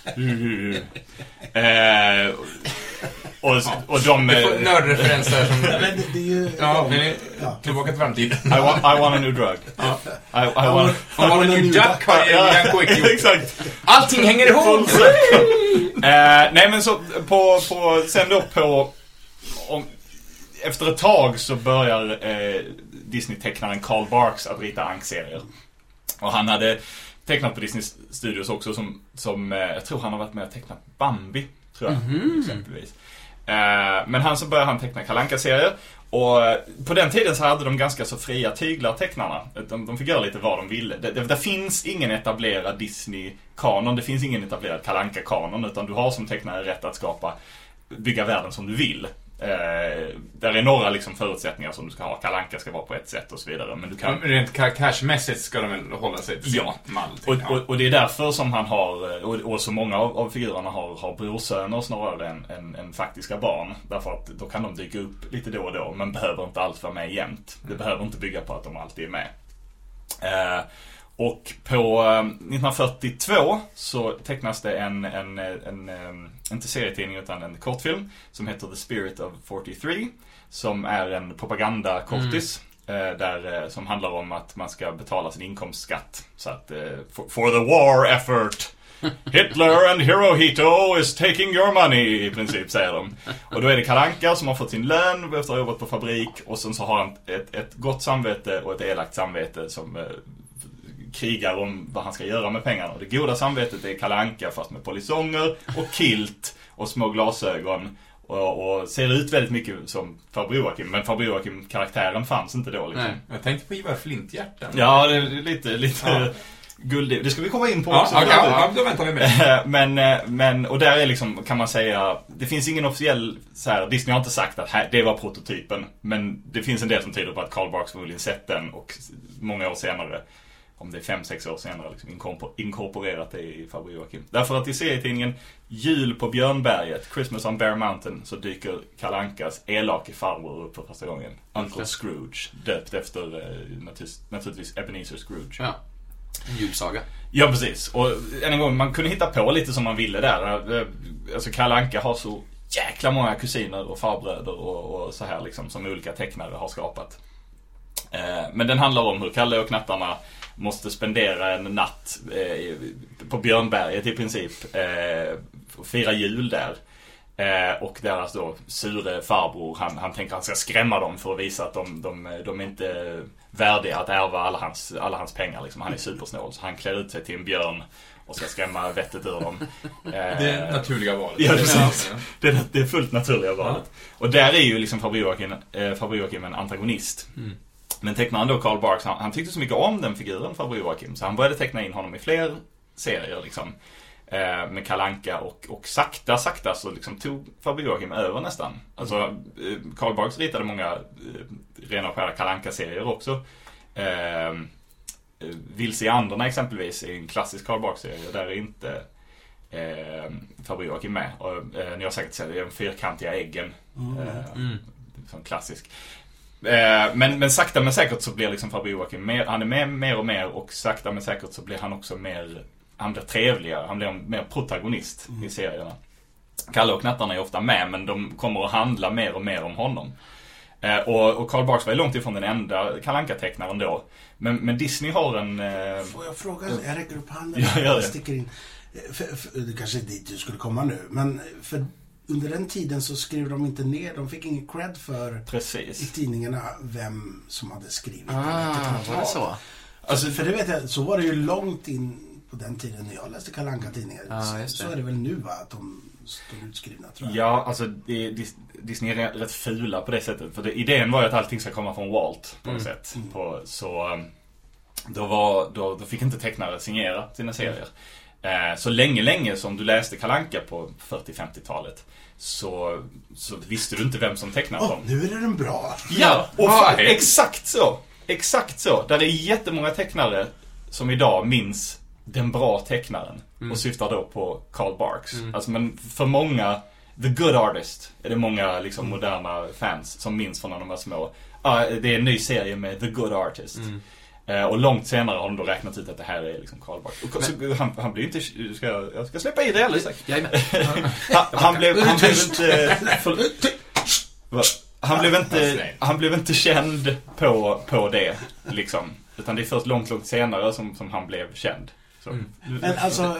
C: Och de...
B: nördreferenser som...
A: Men det är ju...
B: Ja, tillbaka till framtiden.
C: I want a new drug. I want
B: a new duck.
C: Exakt.
B: Allting hänger ihop.
C: Nej, men så sen då på... Efter ett tag så börjar Disney-tecknaren Carl Barks att rita Ank-serier. Och han hade tecknat på Disney Studios också som jag tror han har varit med och tecknat Bambi, tror jag, exempelvis. Men så började han teckna Kalle Anka-serier. Och på den tiden så hade de ganska så fria tyglar, tecknarna. De fick göra lite vad de ville. Det finns ingen etablerad Disney-kanon, det finns ingen etablerad Kalle Anka-kanon, utan du har som tecknare rätt att bygga världen som du vill. Där är några liksom förutsättningar som du ska ha. Kalle Anka ska vara på ett sätt och så vidare, men du kan...
B: Rent cashmässigt ska de väl hålla sig till sin mall.
C: Och det är därför som han har, och så många av figurerna har brorsöner snarare än faktiska barn. Därför att då kan de dyka upp lite då och då, men behöver inte alls vara med jämt. Det behöver inte bygga på att de alltid är med. Och på 1942 så tecknas det inte serietidning utan en kortfilm som heter The Spirit of 43, som är en propagandakortis som handlar om att man ska betala sin inkomstskatt. Så att for the war effort, Hitler and Hirohito is taking your money, i princip, säger de. Och då är det Kalle Anka som har fått sin lön efter att ha jobbat på fabrik, och sen så har han ett gott samvete och ett elakt samvete som krigar om vad han ska göra med pengarna. Och det goda samvetet är Kalle Anka, fast med polisonger och kilt och små glasögon, och ser ut väldigt mycket som Farbror Joakim, men Farbror Joakim-karaktären fanns inte då liksom.
B: Nej, jag tänkte på Ivar Flinthjärtan.
C: Ja, det är lite guldigt. Det ska vi komma in på också.
B: Då väntar vi med.
C: Men och där är liksom, kan man säga, det finns ingen officiell så här, Disney har inte sagt att det var prototypen, men det finns en del som tyder på att Carl Barks förmodligen sett den och många år senare, om det är 5-6 år senare, liksom inkorporerat det i Farbror Joakim. Därför att i serietidningen Jul på Björnberget, Christmas on Bear Mountain, så dyker Kalle Ankas elake farbror upp för första gången. Uncle Scrooge, döpt efter naturligtvis Ebenezer Scrooge.
D: Ja, en julsaga.
C: Ja, precis. Och en gång, man kunde hitta på lite som man ville där. Alltså Kalle Anka har så jäkla många kusiner och farbröder och så här liksom, som olika tecknare har skapat. Men den handlar om hur Kalle och knattarna måste spendera en natt på Björnberget i princip, och fira jul där. Och deras då sure farbror, han tänker att han ska skrämma dem för att visa att de inte är värdiga att ärva alla hans pengar liksom. Han är supersnål, så han klär ut sig till en björn och ska skrämma vettet ur dem.
B: Det är naturliga valet.
C: Ja, precis. Det är fullt naturliga valet. Och där är ju liksom Farbror Joakim en antagonist. Men tecknaren då, Carl Barks, han tyckte så mycket om den figuren, Farbror Joakim, så han började teckna in honom i fler serier liksom. Med Kalle Anka och sakta så liksom tog Farbror Joakim över nästan. Alltså Carl Barks ritade många rena och skära Kalle Anka-serier också. Vilse i Anderna exempelvis är en klassisk Carl Barks-serie, där är inte Farbror Joakim med. Och ni har säkert sett det, de fyrkantiga äggen. Som klassisk. Men sakta men säkert så blir liksom Farbror Joakim han är med mer och mer, och sakta men säkert så blir han också mer, han blir trevligare, han blir mer protagonist i serierna. Kalle och Knattarna är ofta med, men de kommer att handla mer och mer om honom. Och Carl Barks var långt ifrån den enda Kalle Anka-tecknaren då. Men Disney har en...
A: Får jag fråga? Jag räcker upp handen.
C: Ja,
A: jag sticker in. Det kanske är dit du skulle komma nu. Men för under den tiden så skrev de inte ner, de fick ingen cred för
C: Precis.
A: i tidningarna vem som hade skrivit.
D: Var det så?
A: Alltså, för det vet jag, så var det ju långt in på den tiden när jag läste Kalle Anka-tidningar. Så är det väl nu, va? Att de står utskrivna, tror jag.
C: Ja, alltså Disney är rätt fula på det sättet. För idén var ju att allting ska komma från Walt på något sätt. Så då fick inte tecknare signera sina serier. Så länge som du läste Kalle Anka på 40-50-talet så visste du inte vem som tecknade dem.
A: Nu är den bra.
C: Ja, och exakt så. Där är jättemånga tecknare som idag minns den bra tecknaren och syftar då på Carl Barks. Alltså, men för många, The Good Artist, är det många liksom moderna fans som minns från när de var små. Det är en ny serie med The Good Artist. Och långt senare har de då räknat ut att det här är liksom Carl Barks. Och han blir inte... Jag ska släppa i det alldeles sagt. Han blev inte känd på det liksom. Utan det är först långt senare som han blev känd.
A: Men alltså...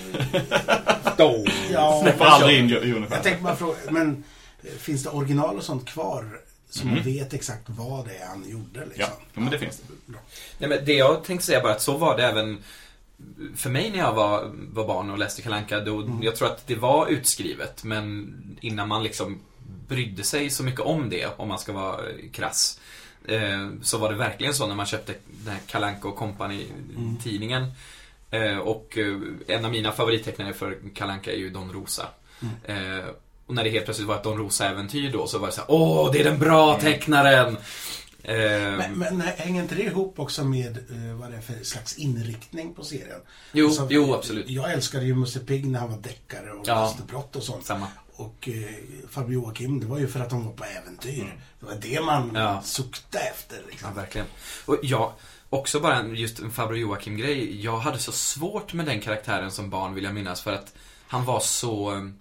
C: Släpper aldrig in Jonathan.
A: Jag tänkte bara fråga, men finns det original och sånt kvar som man vet exakt vad det är han gjorde liksom?
C: Ja, men det finns det.
D: Nej, men det jag tänkte säga bara att så var det även för mig när jag var barn och läste Kalle Anka. Jag tror att det var utskrivet, men innan man liksom brydde sig så mycket om det, om man ska vara krass, så var det verkligen så när man köpte den här Kalle Anka och Company-tidningen. Och en av mina favorittecknare för Kalle Anka är ju Don Rosa. Och när det helt plötsligt var ett Don Rosa-äventyr då, så var det så här: det är den bra tecknaren!
A: Men hänger inte det ihop också med vad det är för slags inriktning på serien?
D: Jo, absolut.
A: Jag älskade ju Musse Pigg när han var deckare och löste brott och sånt.
D: Samma.
A: Och Farbror Joakim, det var ju för att de var på äventyr. Det var det man suktade efter liksom.
D: Ja, verkligen. Och också bara just en Farbror Joakim-grej. Jag hade så svårt med den karaktären som barn, vill jag minnas, för att han var så...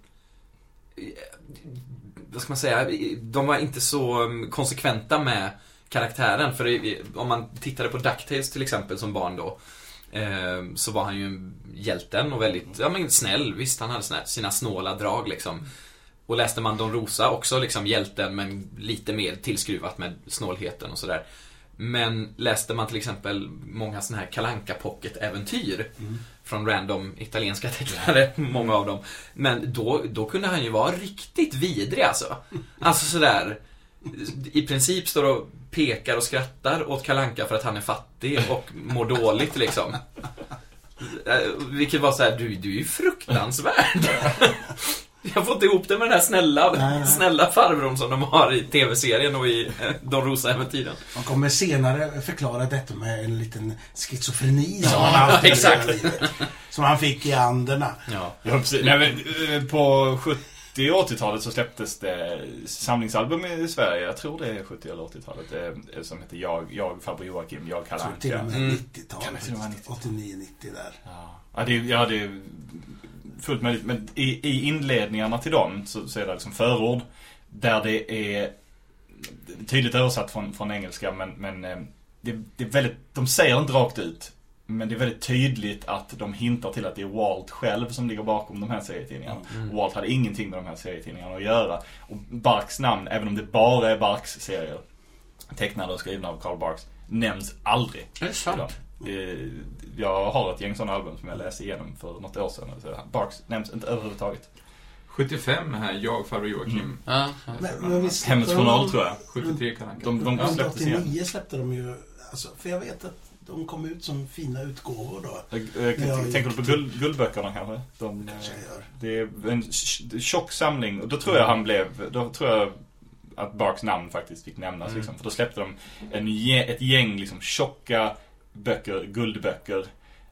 D: vad ska man säga? De var inte så konsekventa med karaktären. För om man tittade på DuckTales till exempel som barn då, så var han ju hjälten och väldigt snäll. Visst, han hade sina snåla drag liksom. Och läste man Don Rosa också liksom hjälten, men lite mer tillskruvat med snålheten och sådär. Men läste man till exempel många såna här Kalle Anka pocket-äventyr från random italienska tecknare, många av dem. Men då kunde han ju vara riktigt vidrig alltså. Alltså sådär, i princip står och pekar och skrattar åt Kalle Anka för att han är fattig och mår dåligt liksom. Vilket var så här: du är ju fruktansvärd. Jag får inte ihop det med den här snälla farbrorn som de har i tv-serien och i Don Rosa-äventyren.
A: Man kommer senare förklara detta med en liten schizofreni som han har haft
D: exakt.
A: Som han fick i anderna.
C: Ja, precis. Nej, men på 70- och 80-talet så släpptes det samlingsalbum i Sverige. Jag tror det är 70- eller 80-talet. Som heter Jag Farbror Joakim, Jag Kalle Anka.
A: Till och med 90-talet. 89-90 där.
C: Ja, det är fullt möjligt. Men i inledningarna till dem så är det liksom förord där det är tydligt översatt från engelska, men det är väldigt, de säger inte rakt ut, men det är väldigt tydligt att de hintar till att det är Walt själv som ligger bakom de här serietidningarna. Walt hade ingenting med de här serietidningarna att göra. Och Barks namn, även om det bara är Barks serier, tecknade och skrivna av Carl Barks, nämns aldrig.
D: Är det sant?
C: Jag har ett gäng sådana album som jag läste igenom för något år sedan. Så Barks nämns inte överhuvudtaget.
B: 75 här, jag, farbror Joakim.
A: Men visst,
C: Hemmets journal tror jag.
B: 73 kan han.
C: De släpptes igen.
A: 89 släppte de ju, alltså, för jag vet att de kom ut som fina utgåvor då.
C: Tänker du på guldböckerna kanske?
A: Kanske jag gör.
C: Det är en tjock samling. Och då tror jag då tror jag att Barks namn faktiskt fick nämnas. Liksom. För då släppte de ett gäng liksom, tjocka böcker, guldböcker.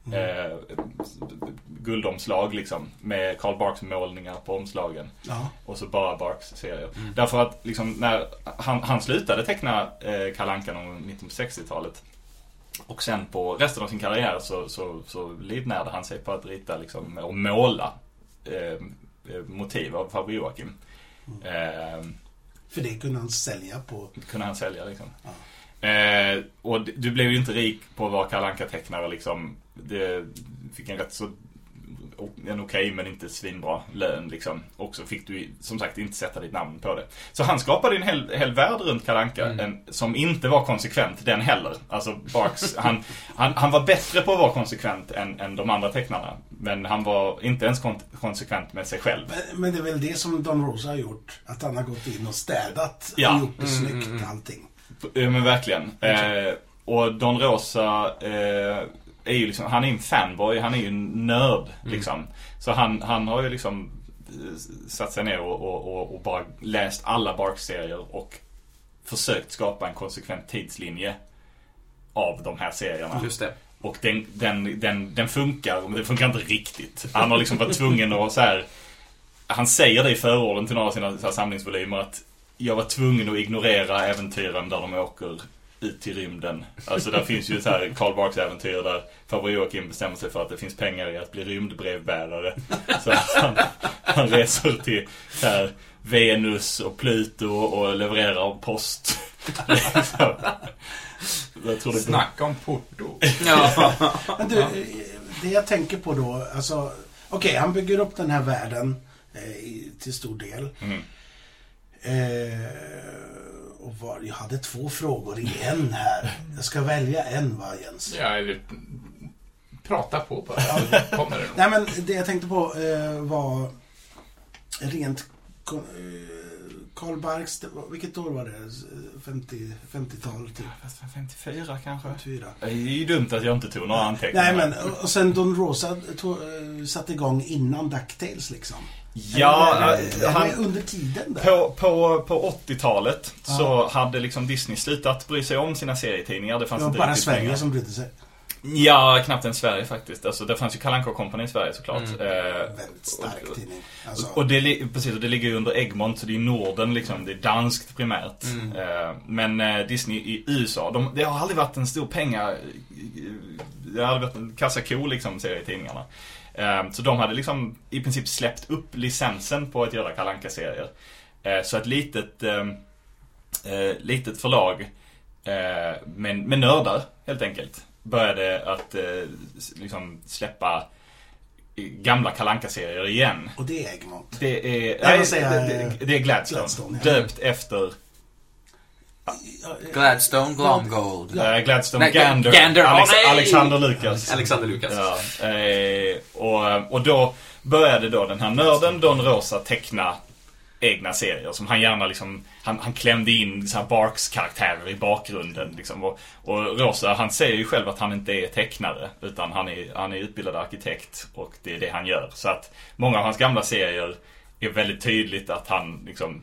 C: Guldomslag liksom, med Carl Barks målningar på omslagen.
A: Ja.
C: Och så bara Barks serier. Därför att liksom, när han slutade teckna Kalle Anka någon 1960-talet. Och sen på resten av sin karriär så livnärde han sig på att rita liksom, och måla motiv av farbror Joakim.
A: För det kunde han sälja på.
C: Kunde han sälja liksom.
A: Ja.
C: Och du blev ju inte rik på att vara Kalle Anka-tecknare liksom. Det fick en rätt så en okej men inte svinbra lön liksom. Och så fick du som sagt inte sätta ditt namn på det. Så han skapade en hel värld runt Kalle Anka som inte var konsekvent den heller. Alltså Barks, han var bättre på att vara konsekvent än de andra tecknarna. Men han var inte ens konsekvent med sig själv.
A: Men det är väl det som Don Rosa har gjort. Att han har gått in och städat och gjort det snyggt allting.
C: Ja men verkligen. Och Don Rosa är ju liksom, han är en fanboy, han är ju en nörd liksom. Så han har ju liksom satt sig ner och bara läst alla Barks-serier och försökt skapa en konsekvent tidslinje av de här serierna.
D: Just det.
C: Och den funkar, men den funkar inte riktigt. Han har liksom varit tvungen att så här, han säger det i förorden till några av sina så här samlingsvolymer att jag var tvungen att ignorera äventyren där de åker ut till rymden. Alltså där finns ju så här Carl Barks äventyr där farbror Joakim bestämmer sig för att det finns pengar i att bli rymdbrevbärare. Så han reser till så här Venus och Pluto och levererar post.
B: Snacka om porto.
D: Ja.
A: Men du, det jag tänker på då, alltså, okej, han bygger upp den här världen till stor del. Och jag hade 2 frågor i en här. Jag ska välja en, va, Jens?
B: Ja, eller prata på bara. Kommer det nog.
A: Nej, men det jag tänkte på var rent Carl Barks, vilket år var det? 50-tal typ.
C: 54 kanske.
A: 54.
C: Det är ju dumt att jag inte tog några anteckningar.
A: Nej, men och sen Don Rosa satte igång innan DuckTales liksom.
C: Ja,
A: han under tiden där.
C: På 80-talet så hade liksom Disney slutat bry sig om sina serietidningar. Det fanns inte
A: bara Sverige som brydde sig.
C: Ja, knappt än Sverige faktiskt. Alltså, det fanns ju Kalle Anka Company i Sverige såklart.
A: Väldigt stark tidning. Alltså.
C: Och det ligger ju under Egmont, så det är Norden liksom. Det är danskt primärt. Men Disney i USA, det har aldrig varit en stor pengar. Det har aldrig varit en kassako liksom, serietidningarna. Så de hade liksom i princip släppt upp licensen på att göra Kalle Anka-serier. Så ett litet förlag med nördar helt enkelt började att liksom släppa gamla Kalle Anka-serier igen.
A: Och det är Egmont.
C: Det är Gladstone. Döpt efter
D: Gladstone Glomgold.
C: Gladstone Gander. Alexander Lucas. Ja, och då började då den här nörden Don Rosa teckna egna serier som han gärna liksom, han klämde in så här Barks karaktärer i bakgrunden liksom, och Rosa, han säger ju själv att han inte är tecknare utan han är utbildad arkitekt och det är det han gör. Så att många av hans gamla serier är väldigt tydligt att han liksom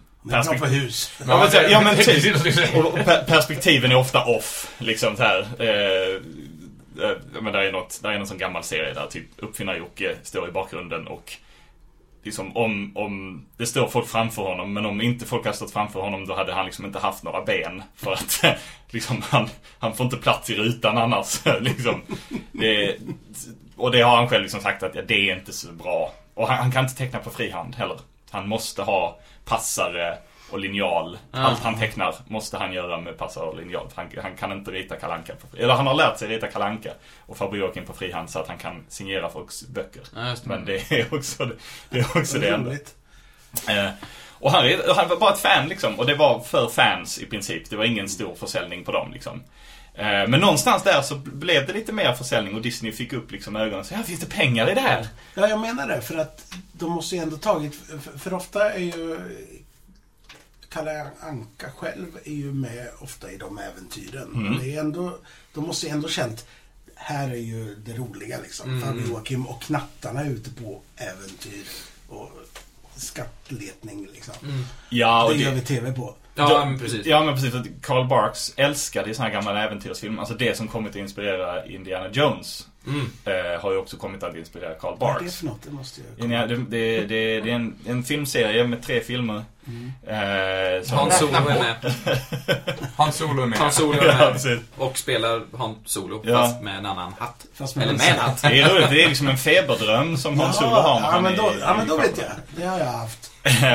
C: perspektiven är ofta off liksom så här. Men där är någon sån gammal serie där typ Uppfinnar-Jocke står i bakgrunden och liksom om det står folk framför honom, men om inte folk hade stått framför honom då hade han liksom inte haft några ben för att liksom han får inte plats i rutan annars liksom. Och det har han själv liksom sagt att det är inte så bra. Och han kan inte teckna på frihand heller. Han måste ha passare och linjal. Allt han tecknar måste han göra med passare och linjal. Han kan inte rita Kalle Anka eller han har lärt sig rita Kalle Anka och farbror Joakim på frihand så att han kan signera folks böcker. Men det är också det enda. Och han var bara ett fan liksom, och det var för fans i princip. Det var ingen stor försäljning på dem liksom. Men någonstans där så blev det lite mer försäljning och Disney fick upp liksom ögonen. Så finns det pengar i det här?
A: Ja, jag menar det. För att de måste ju ändå tagit... För ofta är ju... Kalle Anka själv är ju med ofta i de äventyren. Det är ändå, de måste ju ändå känt... Här är ju det roliga liksom. Farbror Joakim och knattarna är ute på äventyr och skattletning liksom.
C: Ja, och
A: det gör vi tv på.
D: Ja, men precis.
C: Ja, men precis. Carl Barks älskade ju såna här gamla äventyrsfilmer. Alltså det som kommit att inspirera Indiana Jones har ju också kommit att inspirera Carl Barks.
A: Vad är det för något? Det måste jag
C: det är en filmserie med 3 filmer.
D: Han Solo är med.
B: Han Solo är med.
D: Han Solo är
C: Ja,
D: med. Och spelar Han Solo fast med en annan hatt.
A: Fast med
D: Eller
A: en
D: med en hatt.
C: Det är roligt, det är liksom en feberdröm som Han Solo har.
A: Ja, men då vet jag. Det har jag haft.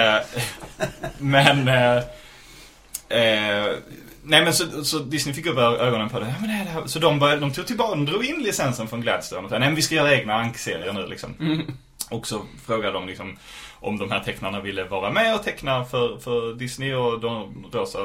C: Men nej, men så Disney fick upp ögonen på det. Ja, men det här. Så de tog tillbaka, de drog in licensen från Gladstone och sa, nej, men vi ska göra egna Ank-serier nu liksom. Och så frågade de liksom om de här tecknarna ville vara med och teckna för Disney, och de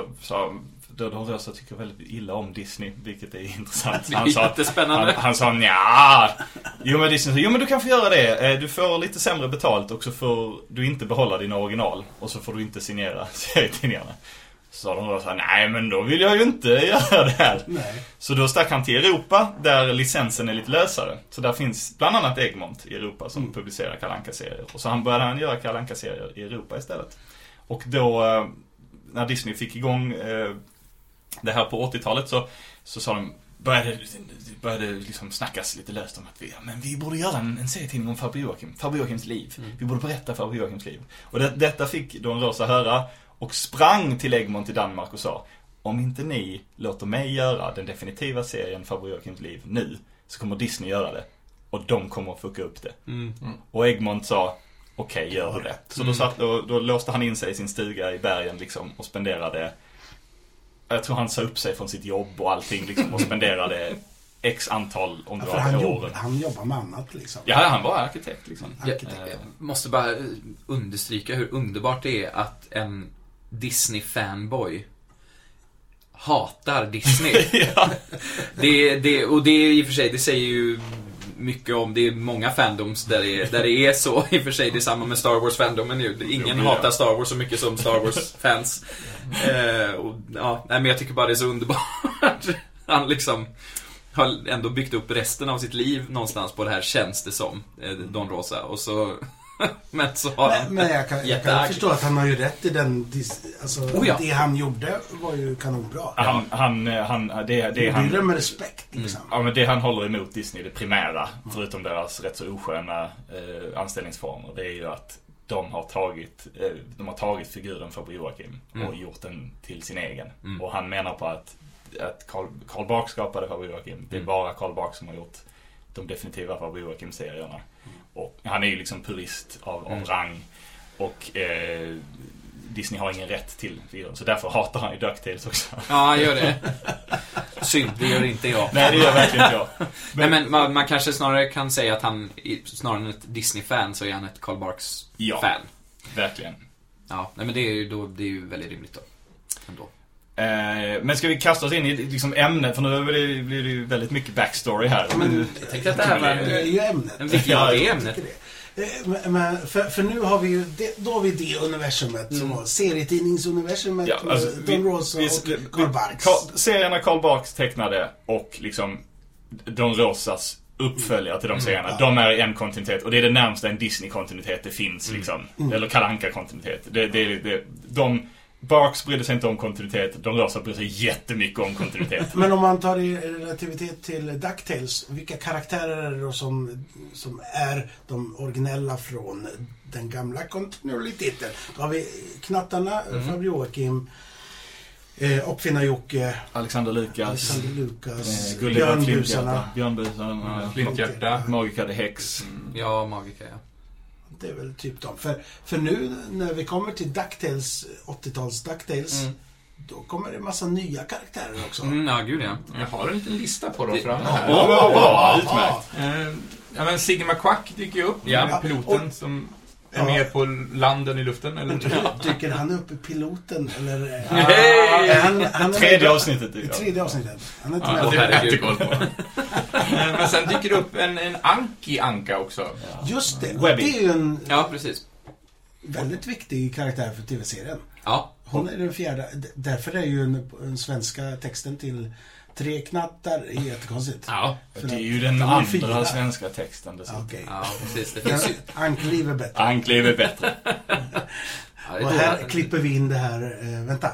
C: Rosa tycker väldigt illa om Disney, vilket är intressant.
D: Det är jättespännande.
C: Han sa nja. Jo, men Disney sa, jo, men du kan få göra det. Du får lite sämre betalt och så får du inte behålla dina original och så får du inte signera serietidningarna. Så de sa, nej, men då vill jag ju inte göra det här. Nej. Så då stack han till Europa där licensen är lite lösare. Så där finns bland annat Egmont i Europa som publicerar Kalle Anka-serier. Och så började han göra Kalle Anka-serier i Europa istället. Och då när Disney fick igång det här på 80-talet så sa de, började liksom snackas lite löst om att vi borde göra en serietidning om Farbror Joakims liv. Vi borde berätta Farbror Joakims liv. Och detta fick Don Rosa höra och sprang till Egmont i Danmark och sa, om inte ni låter mig göra den definitiva serien Farbror Joakims liv nu, så kommer Disney göra det. Och de kommer att fucka upp det. Och Egmont sa, okej, gör det. Så då låste han in sig i sin stuga i bergen liksom, och spenderade, jag tror han sa upp sig från sitt jobb och allting liksom, och spenderade x antal om det var år.
A: Han jobbar med annat liksom.
C: Ja, han var arkitekt liksom.
D: Jag måste bara understryka hur underbart det är att en Disney-fanboy hatar Disney.
C: Ja.
D: Och det är i och för sig, det säger ju mycket om, det är många fandoms där det är så. I och för sig, det är samma med Star Wars-fandomen ju. Ingen hatar Star Wars så mycket som Star Wars-fans. Men jag tycker bara det är så underbart. Han liksom har ändå byggt upp resten av sitt liv någonstans på det här, känns det som, Don Rosa. Och så... men så har
A: men jag kan förstå att han har ju rätt i den, alltså, det han gjorde var ju kanonbra.
C: Det
A: gjorde med respekt liksom.
C: Ja, men det han håller emot Disney, det primära, förutom deras rätt så osköna anställningsformer, det är ju att de har tagit figuren Farbror Joakim och gjort den till sin egen. Och han menar på att Carl Barks skapade Farbror Joakim. Det är bara Carl Barks som har gjort de definitiva Farbror Joakim-serierna. Och han är ju liksom purist av rang. Och Disney har ingen rätt till figuren. Så därför hatar han ju DuckTales också.
D: Ja, gör det. Synd, det gör inte jag.
C: Nej, det gör verkligen inte jag.
D: Men man kanske snarare kan säga att han, snarare än ett Disney-fan, så är han ett Carl Barks-fan.
C: Ja, verkligen.
D: Ja, men det är ju väldigt rimligt då. Ändå.
C: Men ska vi kasta oss in i liksom ämnet, för nu blir det ju väldigt mycket backstory här.
A: Men
D: jag tänkte att det här var
A: ju ämnet.
D: En viktig ämnet.
A: Men för nu har vi ju då har vi det universumet som var serietidningsuniversumet,
C: alltså,
A: Don Rosa och Carl Barks.
C: Serierna Carl Barks tecknade och liksom Don Rosas uppföljare till de serierna. De är en kontinuitet, och det är det närmsta en Disney-kontinuitet det finns liksom. Eller Kalle Anka-kontinuitet. De Barks brydde sig inte om kontinuitet. De Rosa brydde sig jättemycket om kontinuitet.
A: Men om man tar i relativitet till DuckTales, vilka karaktärer är det då som är de originella från den gamla kontinuiteten? Då har vi knattarna, Farbror Joakim, Uppfinnar-Jocke,
C: Alexander Lukas,
A: Björnbusarna,
B: Flinthjärta,
C: Magica the Hex.
D: Ja, Magica, ja.
A: Det är väl typ dem. För nu när vi kommer till DuckTales, 80-tals DuckTales, då kommer det en massa nya karaktärer också.
D: Ja, gud ja.
B: Jag har en liten lista på dem framme här.
C: Utmärkt.
B: Ja, men Sigma Quack dyker ju upp.
A: Ja.
B: Piloten som... är med på landen i luften, eller?
A: Dyker han upp i piloten, eller?
C: Han tredje avsnittet.
A: Tredje avsnittet. Han är inte
B: Ja,
A: med.
B: det är inte koll på. Men sen dyker det upp en Anki-Anka också.
A: Just det.
C: Webby.
A: Det är ju en
D: precis.
A: väldigt viktig karaktär för tv-serien.
D: Ja.
A: Hon är den fjärde. Därför är ju den svenska texten till 3 knattar jättekonstigt.
D: Ja.
C: Det är ju den andra svenska texten.
A: Okay.
D: Ja, precis. Det finns ju...
A: Ankliv är bättre.
C: Ankliv är bättre.
A: Och här klipper vi in det här. Vänta.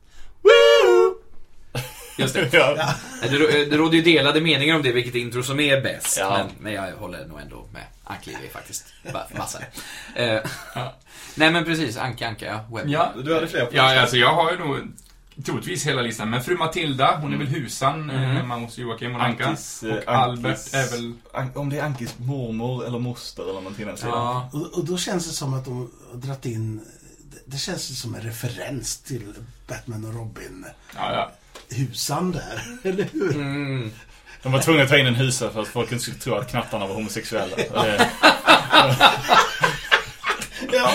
D: Just det.
C: Ja.
D: Det råder ju delade meningar om det, vilket intro som är bäst.
C: Ja.
D: Men jag håller nog ändå med. Ankliv är faktiskt massor. Nej, men precis. Anka, Webby.
B: Ja,
C: Du hade fler på.
B: Ja, alltså jag har ju nog troligtvis hela listan. Men fru Matilda, hon är väl husan hemma hos Joakim och Anka. Och Albert är väl...
C: Om det är Ankis mormor eller moster eller någonting den sidan.
D: Ja.
A: Och då känns det som att de har dratt in... Det känns som en referens till Batman och Robin.
B: Ja.
A: Husan där, eller hur?
D: Mm.
C: De var tvungna att ta in en husa för att folk inte skulle tro att knattarna var homosexuella.
A: Ja.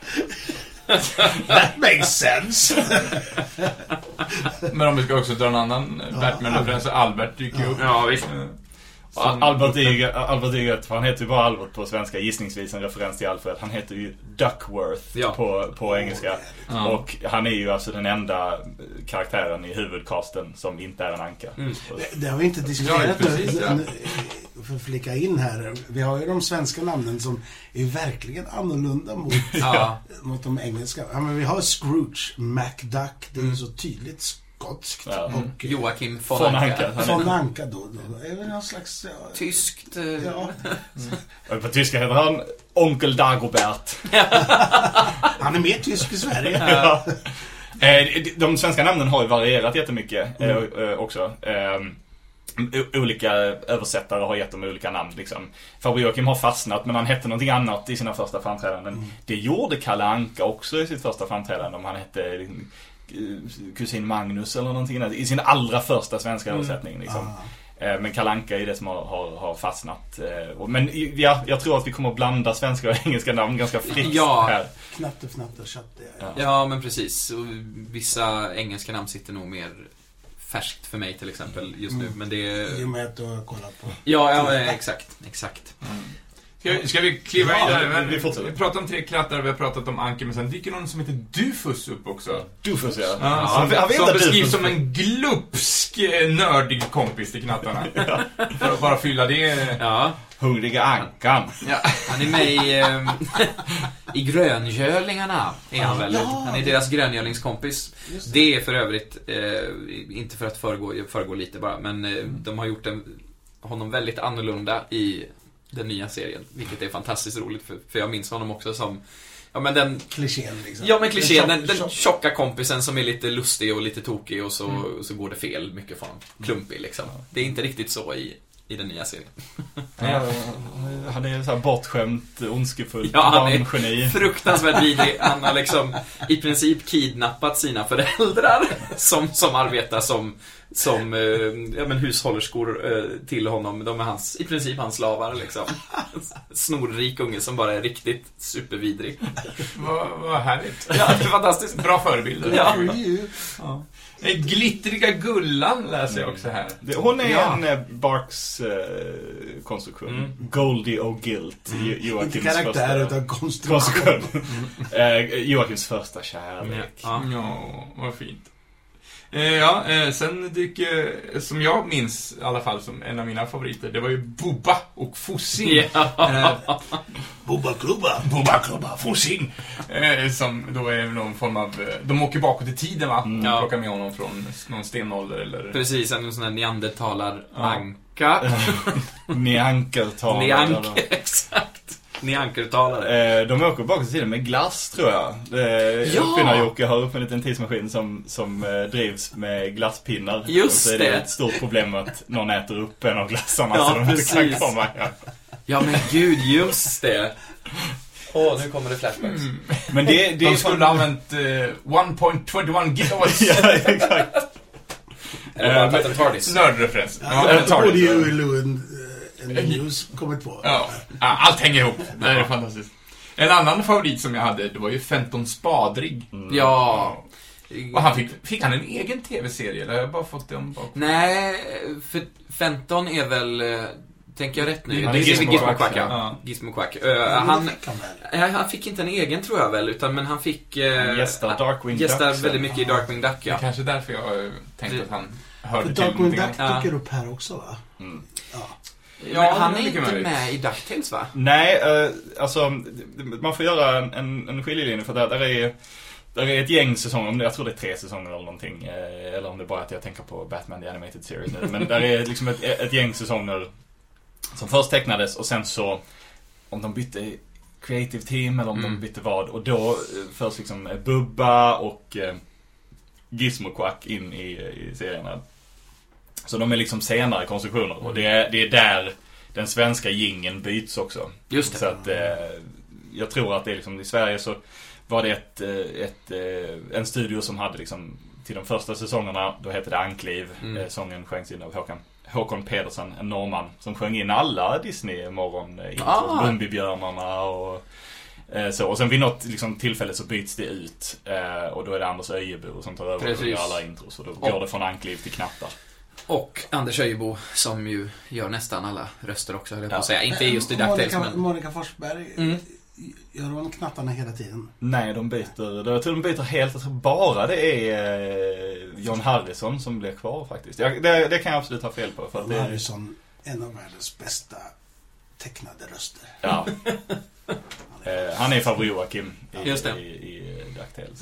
A: That makes sense.
B: Men om vi ska också dra en annan Batman-referens, så Albert dyker upp.
D: Ja, visst.
C: Albert är rätt, för han heter ju bara Albert på svenska, gissningsvis en referens till Alfred. Han heter ju Duckworth på engelska.
B: Ja.
C: Och han är ju alltså den enda karaktären i huvudcasten som inte är en anka.
A: Det har vi inte diskuterat
B: Ja, precis,
A: nu. För att flika in här. Vi har ju de svenska namnen som är verkligen annorlunda mot de engelska. Ja, men vi har Scrooge, MacDuck, det är ju så tydligt skotskt.
C: Ja.
A: Och
D: Joakim von Anka.
A: Von Anka då är väl någon slags...
D: Tyskt.
A: Ja.
C: Och på tyska heter han Onkel Dagobert.
A: Han är mer tysk i Sverige.
C: Ja. De svenska namnen har ju varierat jättemycket också. Olika översättare har gett dem olika namn liksom. Farbror Joakim har fastnat, men han hette någonting annat i sina första framträdanden. Det gjorde Kalle Anka också i sitt första framträdande, om han hette Kusin Magnus eller någonting annat, i sin allra första svenska översättning liksom. Men Kalle Anka är det som har fastnat. Men ja, jag tror att vi kommer att blanda svenska och engelska namn ganska fritt här.
A: Knatte, chatte.
D: Ja, men precis. Och vissa engelska namn sitter nog mer färskt för mig till exempel just nu, men det är...
A: I och med att du har kollat på...
D: Ja, exakt.
B: Ska vi kliva vidare?
C: Vi fortsätter.
B: Vi pratar om 3 klattar, vi har pratat om Anke, men sen dyker någon som heter Dufus upp också.
C: Dufus,
B: som beskrivs som en glupsk, nördig kompis till knattarna. För att bara fylla det...
D: Ja.
C: Hungriga Ankan.
D: Ja. Han är med i Gröngölingarna är han väl. Han är deras gröngölingskompis. Det är för övrigt inte för att föregå lite bara, men de har gjort honom väldigt annorlunda i den nya serien, vilket är fantastiskt roligt för jag minns honom också som den
A: klichén liksom.
D: Ja, men klichén, den tjocka kompisen som är lite lustig och lite tokig och så går det fel mycket för honom. Klumpig liksom. Det är inte riktigt så i den nya serien.
C: Han är så här bortskämt, ondskefull,
D: han är fruktansvärt vidrig. Han har liksom i princip kidnappat sina föräldrar som arbetar som hushållerskor till honom. De är i princip hans slavar liksom. Snorrik unge som bara är riktigt supervidrig.
B: Vad härligt.
D: Ja, det är fantastiskt.
B: Bra förebilder.
D: Ja.
B: Glittriga Gullan läser jag också här.
C: Hon är en Barks konstruktion. Goldie O'Gilt, Joakims
A: inte karaktär
C: första
A: utan konstruktion.
C: Joakims första kärlek.
B: Ja, vad fint. Sen dyker, som jag minns i alla fall som en av mina favoriter, det var ju Bubba och Fossing.
A: Bubba Klubba, Fossing.
B: Som då är någon form av, de åker bakåt i tiden va? Plockar med honom från någon stenålder eller...
D: Precis, en sån här neandertalar-anka.
C: Neankertalare.
D: Exakt. Neankertalare.
C: De åker bakåt i tiden med glass, tror jag. Uppfinnar-Jocke har upp en liten tidsmaskin som drivs med glasspinnar.
D: Just
C: och så är det ett stort problem att någon äter upp en av glassarna så de inte kan komma.
D: Ja, men gud, just det. Nu kommer det flashbacks.
C: Men
B: de skulle ha använt 1.21 gigawatts.
C: Ja, exakt.
D: Eller bara en TARDIS.
B: Nördreferens.
A: Det borde ju Lewin News kommit på.
B: Ja, allt hänger ihop. Det är fantastiskt. En annan favorit som jag hade, det var ju Fenton Spadrig.
D: Ja.
B: Och han fick han en egen tv-serie, eller har jag bara fått det om bak?
D: Nej, för Fenton är väl... Tänker jag rätt nu?
B: Det är
D: Gizmo
B: Quack,
D: ja.
B: ja.
D: Gizmo Quack. Han fick inte en egen, tror jag väl, men han fick...
C: Gästar
D: väldigt mycket i Darkwing Duck,
B: Det är kanske därför jag tänkte att han hörde till
A: Darkwing
B: någonting
A: Duck
B: annat.
A: dyker upp här också, va?
D: Men han är
B: det
D: inte
B: möjligt.
D: med i DuckTales, va?
C: Nej, alltså man får göra en skiljelinje för där är ett gäng säsonger, jag tror det är 3 säsonger eller någonting, eller om det är bara att jag tänker på Batman The Animated Series nu, men där är liksom ett gäng säsonger som först tecknades och sen så, om de bytte creative team eller om de bytte vad, och då först liksom Bubba och Gizmo Quack in i serierna. Så de är liksom senare konstruktioner, och det är där den svenska jingeln byts också.
D: Just det.
C: Så att jag tror att det är liksom, i Sverige så var det en studio som hade liksom, till de första säsongerna, då hette det Ankliv. Sången sjöngs in av Håkon Pedersen, en norrman, som sjöng in alla Disney-morgon, Bumbibjörnarna och så. Och sen vid något liksom, tillfälle så byts det ut, och då är det Anders Öjebo som tar över och gör alla intros, och då går det från Ankliv till Knattar.
D: Och Anders Öjebo, som ju gör nästan alla röster också, höll jag på att säga. Inte just i DuckTales, men...
A: Monica Forsberg, gör hon Knattarna hela tiden?
C: Nej, de byter helt. Jag tror bara det är John Harrison som blir kvar faktiskt. Det kan jag absolut ha fel på. För
A: John Harrison, en av världens bästa tecknade röster.
C: Ja. Han är farbror Joakim i DuckTales.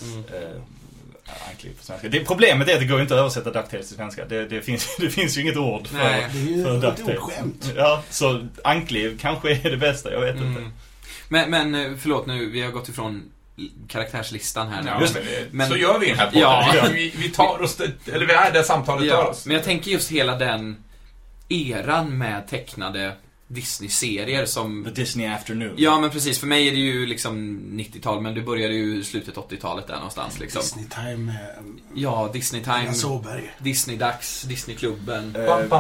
C: Ankliv på svenska. Problemet är att det går inte att översätta DuckTales till svenska. Det finns ju inget ord för DuckTales. Ja, så Ankliv kanske är det bästa, jag vet inte.
D: Men förlåt nu, vi har gått ifrån karaktärslistan här nu.
B: Ja, men så gör vi den här podden.
D: Ja.
B: Vi tar oss eller vi är där samtalet tar oss.
D: Men jag tänker just hela den eran med tecknade Disney-serier som...
C: The Disney Afternoon.
D: Ja, men precis. För mig är det ju liksom 90-tal, men du började ju slutet 80-talet där någonstans liksom.
A: Disney Time.
D: Ja, Disney Time.
A: Såberg.
D: Disney Dags, Disney-klubben.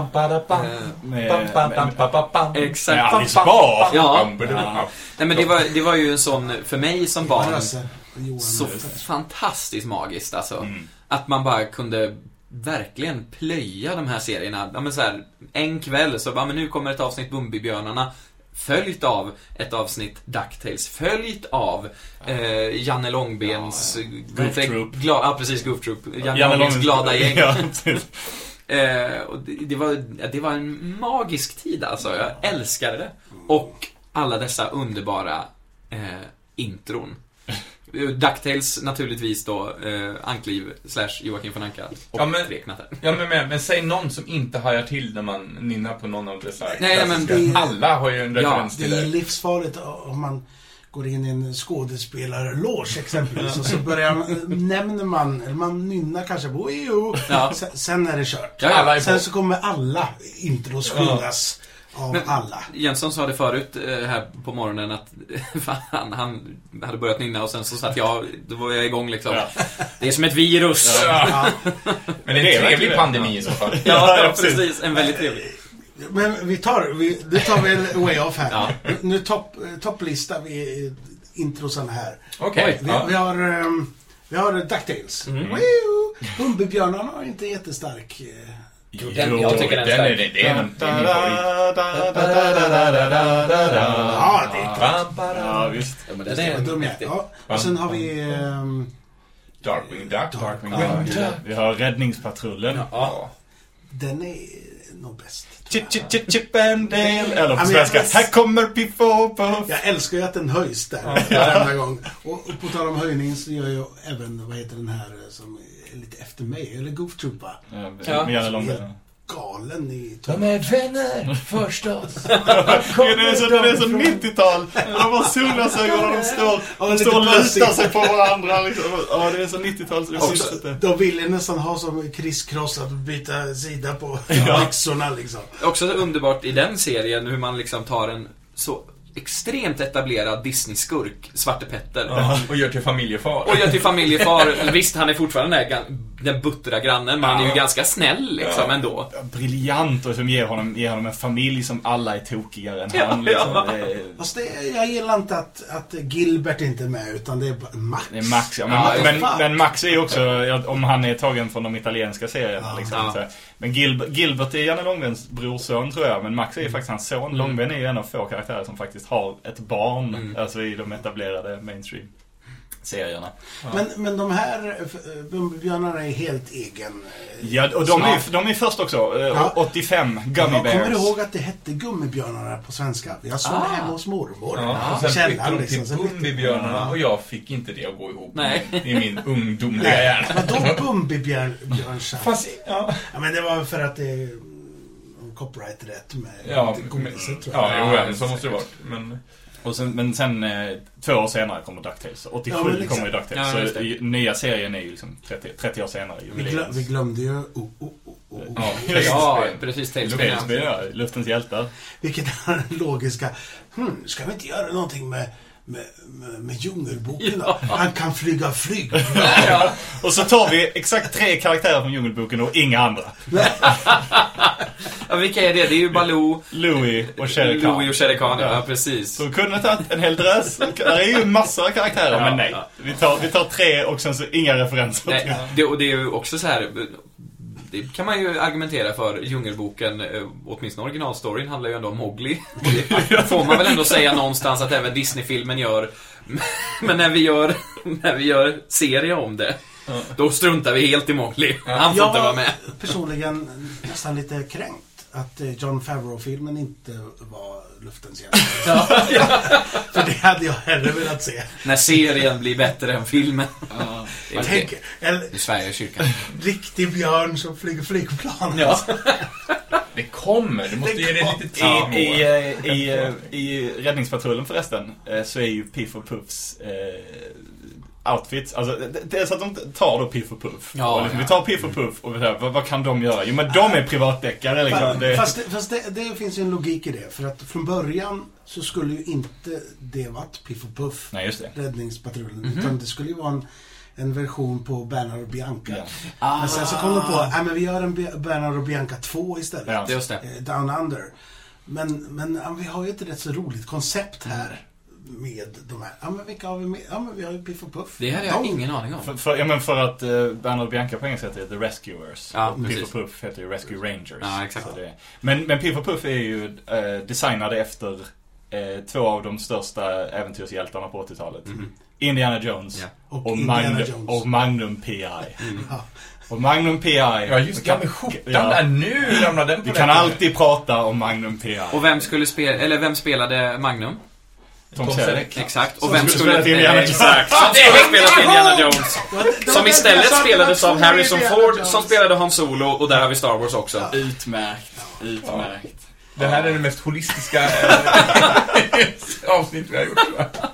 C: Exakt. Ja, Alice Bar.
D: Ja. Nej, men det var ju en sån, för mig som barn, så fantastiskt magiskt alltså. Att man bara kunde verkligen plöja de här serierna. Ja, men så här, en kväll så men nu kommer ett avsnitt Bumbibjörnarna, följt av ett avsnitt DuckTales, följt av Janne Långbens
C: Goof Troop.
D: Ja, precis, Goof Troop. Janne Långbens glada gäng.
C: Ja,
D: och det var en magisk tid alltså. Jag älskade det. Och alla dessa underbara intron. DuckTales naturligtvis då, Ankliv / Joakim von Anka och Tre Knattar.
B: Ja, men säg någon som inte hajar till när man nynnar på någon av dessa.
D: Nej, men
B: alla har ju en referens till
A: det. Det är livsfarligt om man går in i en skådespelarloge exempelvis och så nämner man nynnar kanske på sen är det kört.
B: Ja,
A: sen så kommer alla intros sjungas av alla.
D: Jensson sa det förut här på morgonen att han hade börjat nynna och sen så satt då var jag igång liksom. Ja. Det är som ett virus. Ja.
B: Men det är en trevlig pandemi i så fall.
D: Ja, precis. En väldigt trevlig.
A: Men det tar väl way off här. Ja. Nu topplista vi introsen här.
B: Okej.
A: Vi har DuckTales. Bumbibjörnarna är inte jättestark.
D: Jag tycker den är stark.
B: Det är min favorit.
C: Ja, visst.
D: Det är dum.
A: Och sen har vi
B: Darkwing Duck.
C: Vi har Räddningspatrullen.
B: Ja.
A: Den är nog bäst.
C: Chip and Dale. Eller på svenska. Här kommer Piff och Puff.
A: Jag älskar ju att den höjs där varenda gång. Och på tal om höjning så gör jag även, vad heter den här som är lite efter mig, eller Goof Troop, va?
C: Ja, med alla
A: galen i
B: de är vänner förstås.
C: Det är så 90-tal. De har solglasögon och de står och lutar sig på varandra liksom. Ja, det är så 90-tal så
A: de vill ju nästan ha som Criss-cross att byta sida på byxorna liksom.
D: Också underbart i den serien hur man liksom tar en så extremt etablerad Disney-skurk, Svarte Petter.
B: Och gör till familjefar.
D: Visst, han är fortfarande den buttra grannen, men han är ju ganska snäll liksom ändå.
C: Briljant, och som ger honom en familj som alla är tokigare än han. Liksom.
A: Fast jag gillar inte att Gilbert inte är med, utan det är Max.
C: Det är Max, ja. Men Max är ju också, om han är tagen från de italienska serierna. Liksom, så. Men Gilbert är Janne Långvens brorson, tror jag. Men Max är ju faktiskt hans son. Långven är ju en av få karaktärer som faktiskt har ett barn, alltså i de etablerade mainstream-serierna.
A: Men de här Bumbibjörnarna är helt egen.
C: Ja, och de är först också. 85, Gummy Bears.
A: Jag kommer ihåg att det hette Gummibjörnarna på svenska. Jag såg det hemma hos mormor.
E: Och sen fick de till Bumbibjörnarna, och jag fick inte det att gå ihop.
D: Nej.
E: I min ungdomliga hjärna.
A: Vadå Bumbibjörnsar?
E: Ja,
A: men det var för att det är copyright-rätt med
E: godiset, tror jag. Ja, så måste det vara.
C: Men sen 2 år senare kommer DuckTales. 87 kommer ju DuckTales. Så nya serien är ju liksom 30 år senare.
A: Vi glömde ju
D: Ja, precis.
C: Tailspin, Luftens hjältar.
A: Vilket är den logiska. Ska vi inte göra någonting med Djungelboken? Ja. Han kan flyga flyg.
C: Ja. Och så tar vi exakt 3 karaktärer från Djungelboken och inga andra.
D: Ja, vilka är det? Det är ju Baloo,
C: Louie och Shere Khan.
D: Ja, precis.
C: Så kunde ta en hel drös. Det är ju massor av karaktärer, men nej. Vi tar 3 och sen så inga referenser.
D: Nej, och det är ju också så här. Det kan man ju argumentera för. Djungelboken, åtminstone originalstoryn, handlar ju ändå om Mowgli. Det får man väl ändå säga någonstans att även Disney-filmen gör. Men när vi gör serie om det, då struntar vi helt i Mowgli. Han får inte vara med.
A: Jag var personligen nästan lite kränkt att John Favreau-filmen inte var Luftens hjältar. För det hade jag hellre velat se.
D: När serien blir bättre än filmen.
A: Tänk,
D: i Sverige i kyrkan.
A: Riktig björn som flyger flygplan.
E: Ja. Det kommer, du måste ge det lite tid.
C: I Räddningspatrullen förresten så är ju Piff och Puffs outfits, alltså det är så att de tar då Piff och Puff. Vi tar Piff och Puff och vad kan de göra? Jo, men de är privatdeckare liksom.
A: Fast det finns ju en logik i det, för att från början så skulle ju inte det varit Piff och Puff.
C: Nej, just det.
A: Räddningspatrullen, utan det skulle ju vara en version på Bernard och Bianca. Men sen så kom de på, men vi gör en Bernard och Bianca 2 istället.
D: Ja, just det.
A: Down Under. Men vi har ju inte ett så roligt koncept här med de här. Men vilka har vi med? Men vi har ju Piff och Puff.
D: Det hade jag ingen aning om.
C: För att Bernard och Bianca på engelska heter The Rescuers.
D: Ja,
C: Piff och Puff heter ju Rescue Rangers.
D: Ja, exakt.
C: Men Piff och Puff är ju designade efter 2 av de största äventyrshjältarna på 80-talet. Indiana Jones och Magnum P.I. Och Magnum P.I.
E: Ja, just det, med skjortan där. Nu ramlar den på.
C: Vi kan alltid prata om Magnum P.I.
D: Och vem spelade Magnum?
C: Tom Selleck.
D: Exakt. Och vem skulle
C: Indiana Jones?
D: Exakt. Som skulle spela Indiana Jones. Som istället spelades av Harrison Ford, som spelade Han Solo, och där har vi Star Wars också.
C: Utmärkt.
E: Det här är det mest holistiska avsnitt vi har gjort.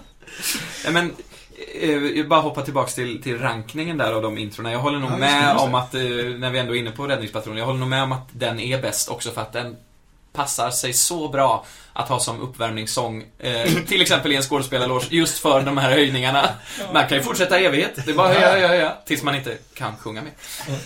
D: Men bara hoppa tillbaka till rankningen där av de introna. Jag håller nog med om att, när vi ändå är inne på Räddningspatrullen, jag håller nog med om att den är bäst också, för att den passar sig så bra att ha som uppvärmningssång, till exempel i en skådespelarlås, just för de här höjningarna. Man kan ju fortsätta evighet. Det är bara höja tills man inte kan sjunga med.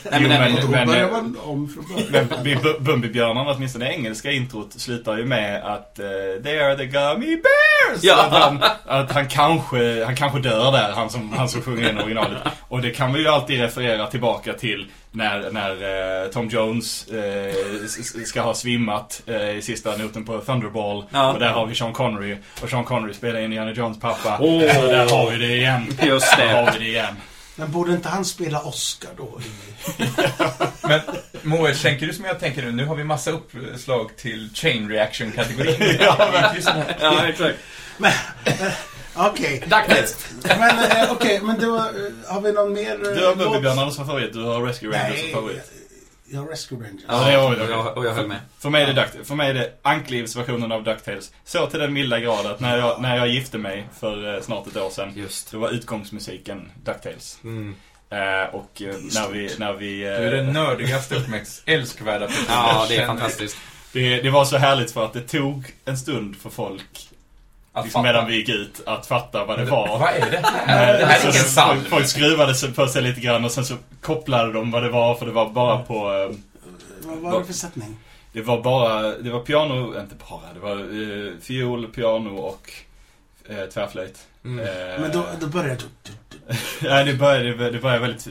C: Men Bumbibjörnarna, åtminstone det engelska introt, slutar ju med att they are the gummy bears. Ja. Att han kanske dör där, han som sjunger in originalet. Och det kan vi ju alltid referera tillbaka till när Tom Jones ska ha svimmat i sista noten på Thunderball. Och där har vi Sean Connery. Och Sean Connery spelar Indiana Jones pappa. Så där har vi det igen.
D: Just det.
C: Har vi det igen.
A: Men borde inte han spela Oscar då?
E: Men Moe, tänker du som jag tänker nu? Nu har vi massa uppslag till chain reaction-kategorin.
D: Ja, exakt.
A: Men okej. Men då har vi någon mer.
C: Du har Bumbibjörnarna som favorit. Du har Rescue Rangers som favorit.
A: Jag har Rescue Rangers.
D: Ja, och jag höll med.
C: För mig är det Anklivs-versionen av DuckTales. Så till den milda grad att när jag gifte mig för snart ett år sedan, då var utgångsmusiken DuckTales. Och när vi
E: du är den nördigaste älskvärda.
D: Ja, det är fantastiskt.
C: Det var så härligt, för att det tog en stund för folk liksom medan vi gick ut att fatta vad det var.
E: Vad är det? Det här är ingen salm.
C: Folk skruvade sig på sig lite grann och sen så kopplade de vad det var, för det var bara på...
A: Vad var det för sättning?
C: Det var piano, inte bara, det var fiol, piano och tvärflöjt.
A: Men då började
C: Ja, det började väldigt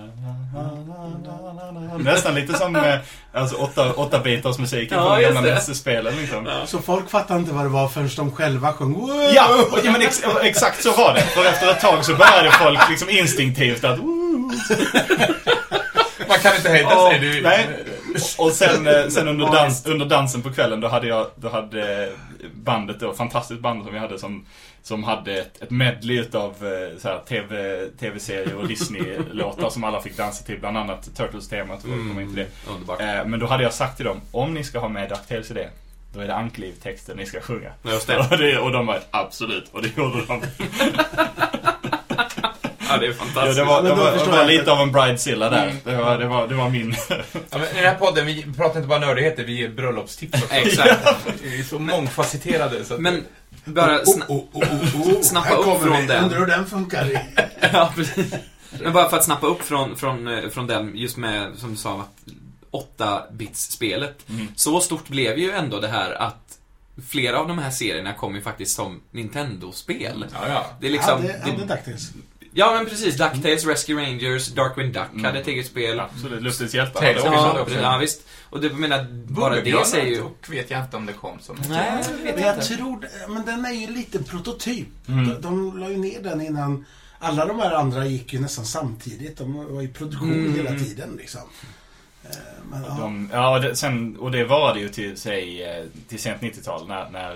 C: nästan lite som alltså 8-bitars musiken från gamla NES-spelen liksom.
A: Så folk fattade inte vad det var förrän de själva sjöng.
C: Ja, men exakt så var det. För efter ett tag så började folk liksom instinktivt att
E: man kan inte hejda sig. Du...
C: Nej. Och sen under dansen på kvällen då hade bandet då, fantastiskt band som vi hade som hade ett medley utav så här tv-serier och Disney-låtar som alla fick dansa till, bland annat Turtles-temat. Men då hade jag sagt till dem, om ni ska ha med DuckTales i det, då är det Ankliv-texten ni ska sjunga.
D: Just det.
C: Och de var absolut, och det gjorde de.
D: Ja, det är fantastiskt.
C: Ja, det var lite av en bridezilla där. Det var min...
E: Ja, men i den här podden, vi pratar inte bara nördigheter, vi ger bröllopstips också.
D: Exakt.
E: Vi är så mångfacetterade. Så att...
D: Men bara snappa upp från den.
A: Undrar hur den funkar.
D: Ja, precis. Men bara för att snappa upp från den, just med, som du sa, 8-bits-spelet. Så stort blev ju ändå det här att flera av de här serierna kom ju faktiskt som Nintendo-spel.
E: Ja.
A: Det är liksom... Hade DuckTales.
D: Ja, men precis. DuckTales, Rescue Rangers, Darkwing Duck hade ett eget spel.
C: Absolut, Lustens hjältar.
D: Ja, visst. Och det menar, bara det säger ju...
E: vet jag inte om det kom som...
D: Nej,
A: jag tror... Men den är ju lite prototyp. De la ju ner den innan... Alla de här andra gick ju nästan samtidigt. De var i produktion hela tiden, liksom. Men,
C: och det var det ju till sent 90-tal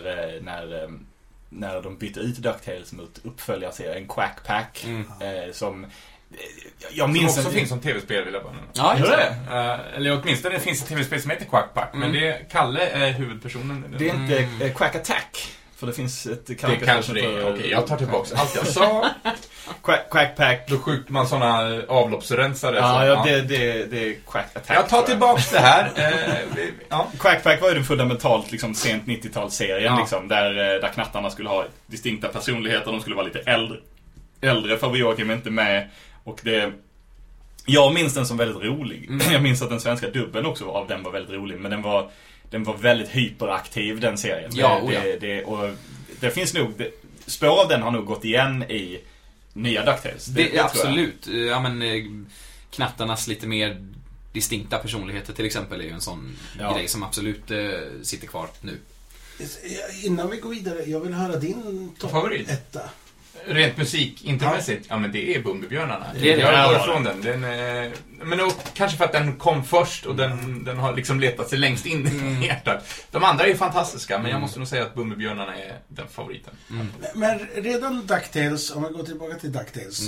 C: när de bytte ut DuckTales mot uppföljarserien Quack Pack som jag minns
E: som också finns som tv-spel, vill jag bara.
D: Ja, just det.
E: Eller åtminstone det finns ett tv-spel som heter Quack Pack, men det Kalle är huvudpersonen.
C: Det är inte Quack Attack. För det finns ett
E: det kanske det är. Okej, jag tar tillbaka allt jag sa.
C: Quack Pack.
E: Då skjuter man såna avloppsrensare.
C: Det är Quack Attack.
E: Jag tar tillbaka det här.
C: Quack Pack var ju den fundamentalt liksom, sent 90-talsserien liksom, där knattarna skulle ha distinkta personligheter. De skulle vara lite äldre för Joakim inte med. Och jag minns den som väldigt rolig. Jag minns att den svenska dubben också av den var väldigt rolig. Men den var väldigt hyperaktiv, den serien. Och det finns nog... spår av den har nog gått igen i nya DuckTales.
D: Det absolut. Ja, men knattarnas lite mer distinkta personligheter till exempel är ju en sån grej som absolut sitter kvar nu.
A: Innan vi går vidare, jag vill höra din
E: favorit.
A: Etta.
E: Rent musik, intromässigt, ja men det är Bumbibjörnarna.
D: Jag
E: går ifrån den. Men då, kanske för att den kom först och den har liksom letat sig längst in i hjärtat. De andra är fantastiska, men jag måste nog säga att Bumbibjörnarna är den favoriten.
A: Men redan DuckTales, om vi går tillbaka till DuckTales,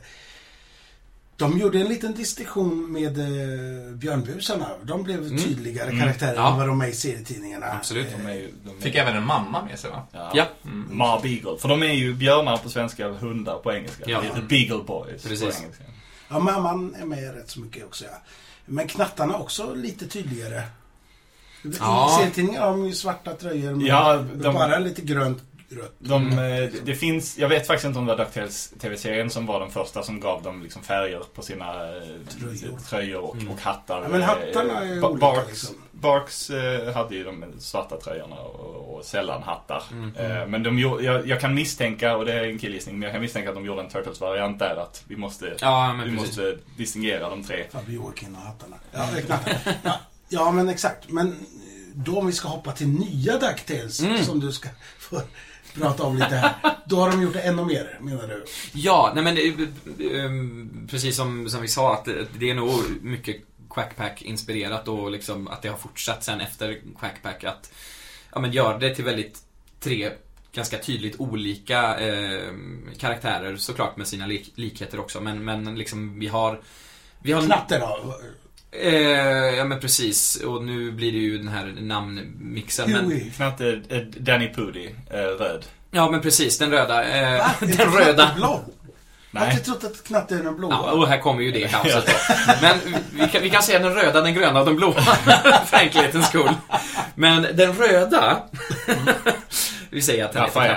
A: de gjorde en liten distinktion med björnbusarna. De blev tydligare karaktärer än vad de är i serietidningarna.
D: Absolut.
C: De
E: fick även en mamma med sig, va?
C: Ja. Ma Beagle. För de är ju björnar på svenska, hundar på engelska.
D: Ja.
C: The Beagle Boys.
D: Precis.
C: På engelska.
A: Ja, mamman är med rätt så mycket också, ja. Men knattarna också lite tydligare. I serietidningar har de ju svarta tröjor med bara lite grönt.
C: Det finns, jag vet faktiskt inte om det var DuckTales TV-serien som var den första som gav dem liksom färger på sina tröjor och hattar.
A: Ja, men hattarna är olika, liksom.
C: Barks hade ju de svarta tröjorna och sällan hattar. Men jag kan misstänka, och det är en killgissning, men jag kan misstänka att de gjorde en Turtles-variant där, att vi måste distingera de tre.
A: Fabiorkin och hattarna. Ja, men exakt. Men då om vi ska hoppa till nya DuckTales som du ska få prata om lite här. Då har de gjort det ännu mer, menar du?
D: Ja, nej men precis som vi sa, att det är nog mycket Quack Pack inspirerat, och liksom att det har fortsatt sen efter Quack Pack att göra det till väldigt tre ganska tydligt olika karaktärer, såklart med sina likheter också, men liksom vi har
A: Knatte då?
D: Ja, men precis. Och nu blir det ju den här namnmixen.
C: Knatte Danny Pudi, röd.
D: Ja, men precis, den röda.
A: Den röda. Blå. Jag har inte trott att Knatte är den blåa.
D: Ja, och här kommer ju det kaoset då. Men vi kan säga den röda, den gröna och den blåa. För enkelhetens skull. Men den röda... vi säger att den heter Knatte.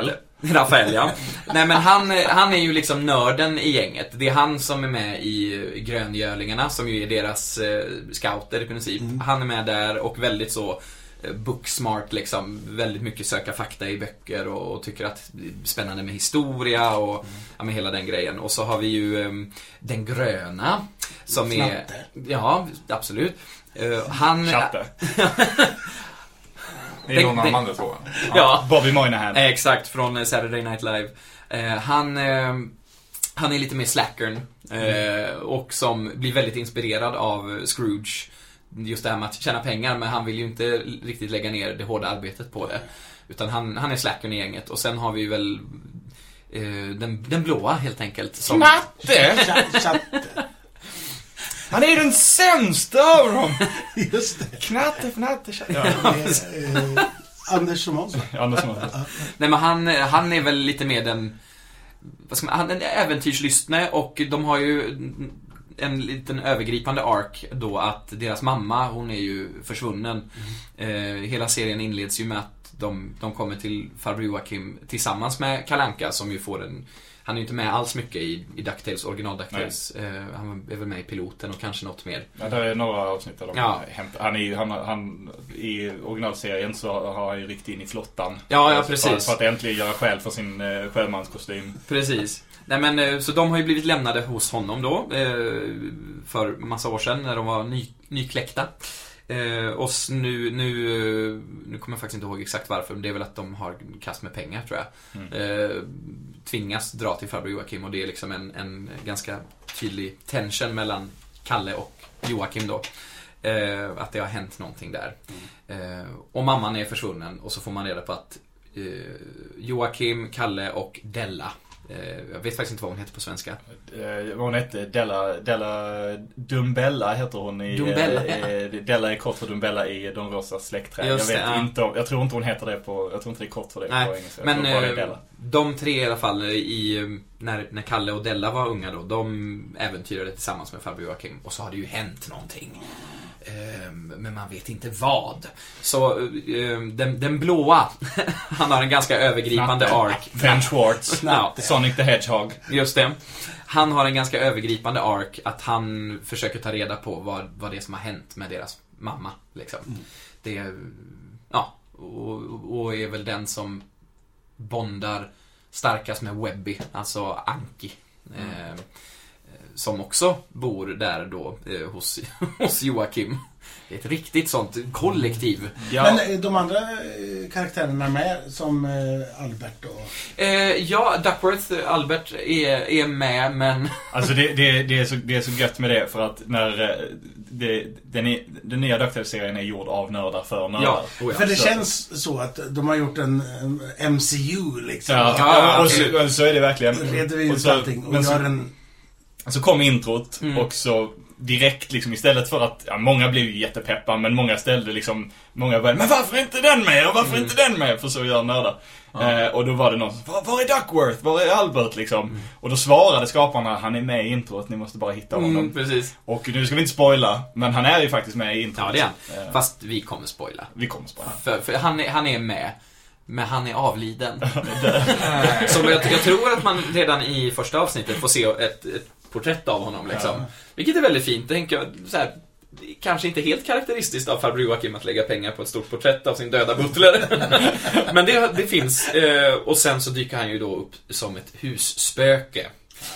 D: Rafael, ja. Nej, men han är ju liksom nörden i gänget. Det är han som är med i Gröngölingarna, som ju är deras scouter i princip. Han är med där och väldigt så booksmart liksom, väldigt mycket söka fakta i böcker och tycker att det är spännande med historia och med hela den grejen. Och så har vi ju den gröna som
A: Snatte.
D: är... Ja, absolut. Han...
C: Chatte.
E: Det är någon annan det så.
D: Ja.
C: Bobby Moynihan.
D: Exakt, från Saturday Night Live. Han är lite mer slackern och som blir väldigt inspirerad av Scrooge. Just det här med att tjäna pengar, men han vill ju inte riktigt lägga ner det hårda arbetet på det. Utan han är slackern i gänget. Och sen har vi väl den blåa helt enkelt. Som...
C: Knatte! Han är den sämsta av dem!
A: Just det.
C: Knatte, ja.
A: Anders som också.
D: Nej, men han är väl lite mer den... Vad ska man, han är en äventyrslystne och de har ju en liten övergripande ark då att deras mamma, hon är ju försvunnen. Hela serien inleds ju med att de kommer till farbror Joakim tillsammans med Kalle Anka som ju får en... Han är ju inte med alls mycket i DuckTales, original DuckTales. Han är väl med i piloten och kanske något mer.
C: Ja, det är några avsnitt där de han i originalserien så har han ju ryckt in i flottan.
D: Ja, precis.
C: För att äntligen göra skäl för sin sjömanskostym.
D: Precis. Nej, men så de har ju blivit lämnade hos honom då för massa år sedan när de var nykläckta. Och nu kommer jag faktiskt inte ihåg exakt varför, men det är väl att de har kast med pengar, tror jag. Tvingas dra till farbror Joakim, och det är liksom en ganska tydlig tension mellan Kalle och Joakim då. Att det har hänt någonting där. Och mamman är försvunnen, och så får man reda på att Joakim, Kalle och Della, jag vet faktiskt inte vad hon heter på svenska.
C: Hon heter Della Dumbella heter hon i
D: Dumbella.
C: Della är kort för Dumbella i De rosa släktträd. Jag tror inte hon heter det på, jag tror inte det är kort för det på engelska.
D: Men de tre i alla fall när Kalle och Della var unga då, de äventyrade tillsammans med farbror Joakim, och så har det ju hänt någonting. Men man vet inte vad. Så den blåa han har en ganska övergripande ark.
C: Ben Schwartz, Sonic the Hedgehog.
D: Just det. Han har en ganska övergripande ark att han försöker ta reda på vad det är som har hänt med deras mamma liksom. Det och är väl den som bondar starkast med Webby, alltså Anki. Som också bor där då hos Joakim. Det är ett riktigt sånt kollektiv.
A: Ja. Men de andra karaktärerna med, som Albert och...
C: Ja,
D: Duckworth, Albert är med, men...
C: Alltså det är så gött med det, för att när den nya DuckTales-serien är gjord av nördar för nördar.
D: Ja.
A: För det känns så att de har gjort en MCU liksom.
C: Och så är det verkligen.
A: Reder vi ut allting och gör en...
C: Så kom introt och så direkt liksom, istället för att många blev ju jättepeppa, men många ställde liksom, många började, men varför är inte den med? Och varför är inte den med? För så gör nördar. Och då var det någon som, var är Duckworth? Var är Albert liksom? Och då svarade skaparna, han är med i introt, ni måste bara hitta honom.
D: Precis.
C: Och nu ska vi inte spoila, men han är ju faktiskt med i introt.
D: Ja, det är han. Fast vi kommer spoila. För han är med. Men han är avliden. Så jag tror att man redan i första avsnittet får se ett porträtt av honom liksom. Vilket är väldigt fint. Tänker jag så här, kanske inte helt karaktäristiskt av farbror Joakim att lägga pengar på ett stort porträtt av sin döda butler. Men det finns. Och sen så dyker han ju då upp som ett husspöke.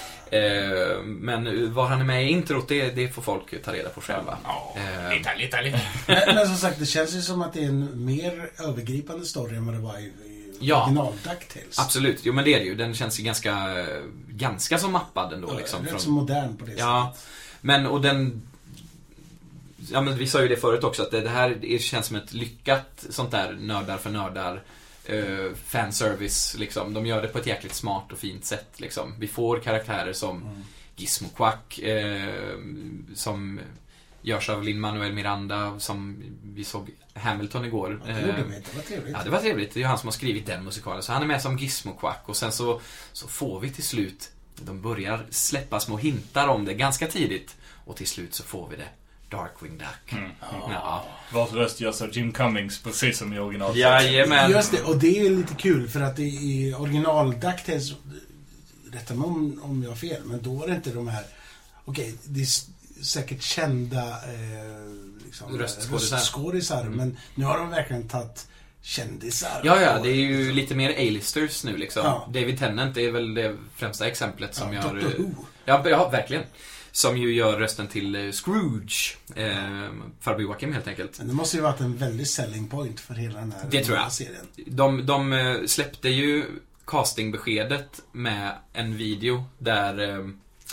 D: Men vad han är med i introt, det får folk ta reda på själva.
E: Lite.
A: Men som sagt, det känns ju som att det är en mer övergripande story än vad det var i original DuckTales.
D: Absolut, jo men det är det ju. Den känns ju ganska så mappad ändå liksom.
A: Rätt så modern på det sättet.
D: Men och den... Ja, men vi sa ju det förut också, att det här känns som ett lyckat sånt där nördar för nördar fanservice liksom. De gör det på ett jäkligt smart och fint sätt liksom. Vi får karaktärer som Gizmo Quack som görs av Lin-Manuel Miranda, som vi såg Hamilton igår.
A: Det var trevligt.
D: Ja, det var trevligt. Det är han som har skrivit den musikalen. Så han är med som Gizmo Quack. Och sen så får vi till slut, de börjar släppa små hintar om det ganska tidigt. Och till slut så får vi det. Darkwing Duck.
C: Ja. Vars röst görs av Jim Cummings, precis som i original.
D: Jajamän.
A: Just det, och det är lite kul för att i original DuckTales, rätta mig om jag har fel, men då var det inte de här, okej, det är säkert kända liksom, röstskådisar, men nu har de verkligen tagit kändisar.
D: Ja, det är ju lite mer A-listers nu liksom.
A: Ja.
D: David Tennant är väl det främsta exemplet som gör...
A: Doctor Who.
D: Ja, verkligen. Som ju gör rösten till Scrooge. Farbror Joakim helt enkelt.
A: Men det måste ju varit en väldigt selling point för hela den här
D: Det tror jag.
A: serien.
D: De släppte ju castingbeskedet med en video där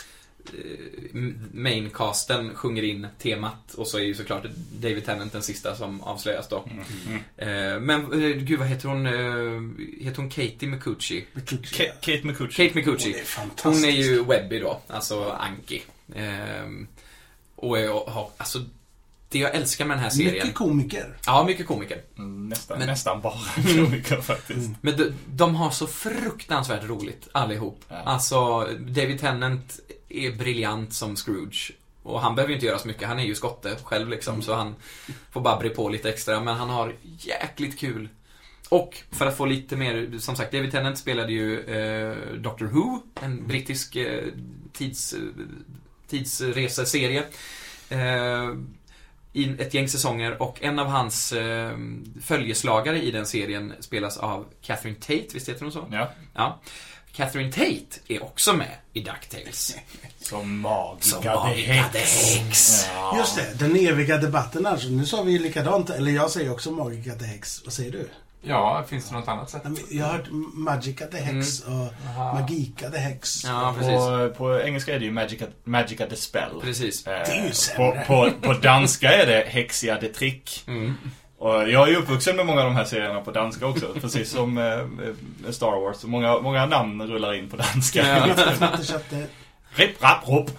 D: maincasten sjunger in temat, och så är ju såklart David Tennant den sista som avslöjas då. Men gud, vad heter hon? Heter hon Katie Micucci?
C: Kate Micucci.
D: Kate Micucci. Hon är ju Webby då, alltså Anki. Och alltså det jag älskar med den här serien.
A: Mycket komiker.
D: Ja, mycket komiker.
C: Nästan bara komiker faktiskt.
D: Men de har så fruktansvärt roligt allihop.
C: Ja.
D: Alltså David Tennant är briljant som Scrooge. Och han behöver ju inte göra så mycket. Han är ju skotte själv liksom. Så han får bara bre på lite extra. Men han har jäkligt kul. Och för att få lite mer, som sagt, David Tennant spelade ju Doctor Who. En brittisk tidsreseserie. I ett gäng säsonger, och en av hans följeslagare i den serien spelas av Catherine Tate, visst heter hon så? Ja. Catherine Tate är också med i DuckTales.
C: Som Magica the Hex.
A: Ja. Just det, den eviga debatten alltså. Nu sa vi ju likadant, eller jag säger också Magica the Hex. Vad säger du?
E: Ja, finns det något annat sätt?
A: Jag har hört Magica the Hex och Magica the Hex.
D: Ja, precis.
C: På engelska är det ju Magica the Spell.
D: Precis.
A: Det är ju sämre.
C: På danska är det Hexia the Trick. Och jag är ju uppvuxen med många av de här serierna på danska också. Precis som Star Wars. Många namn rullar in på danska. Ripp, rapp, ropp.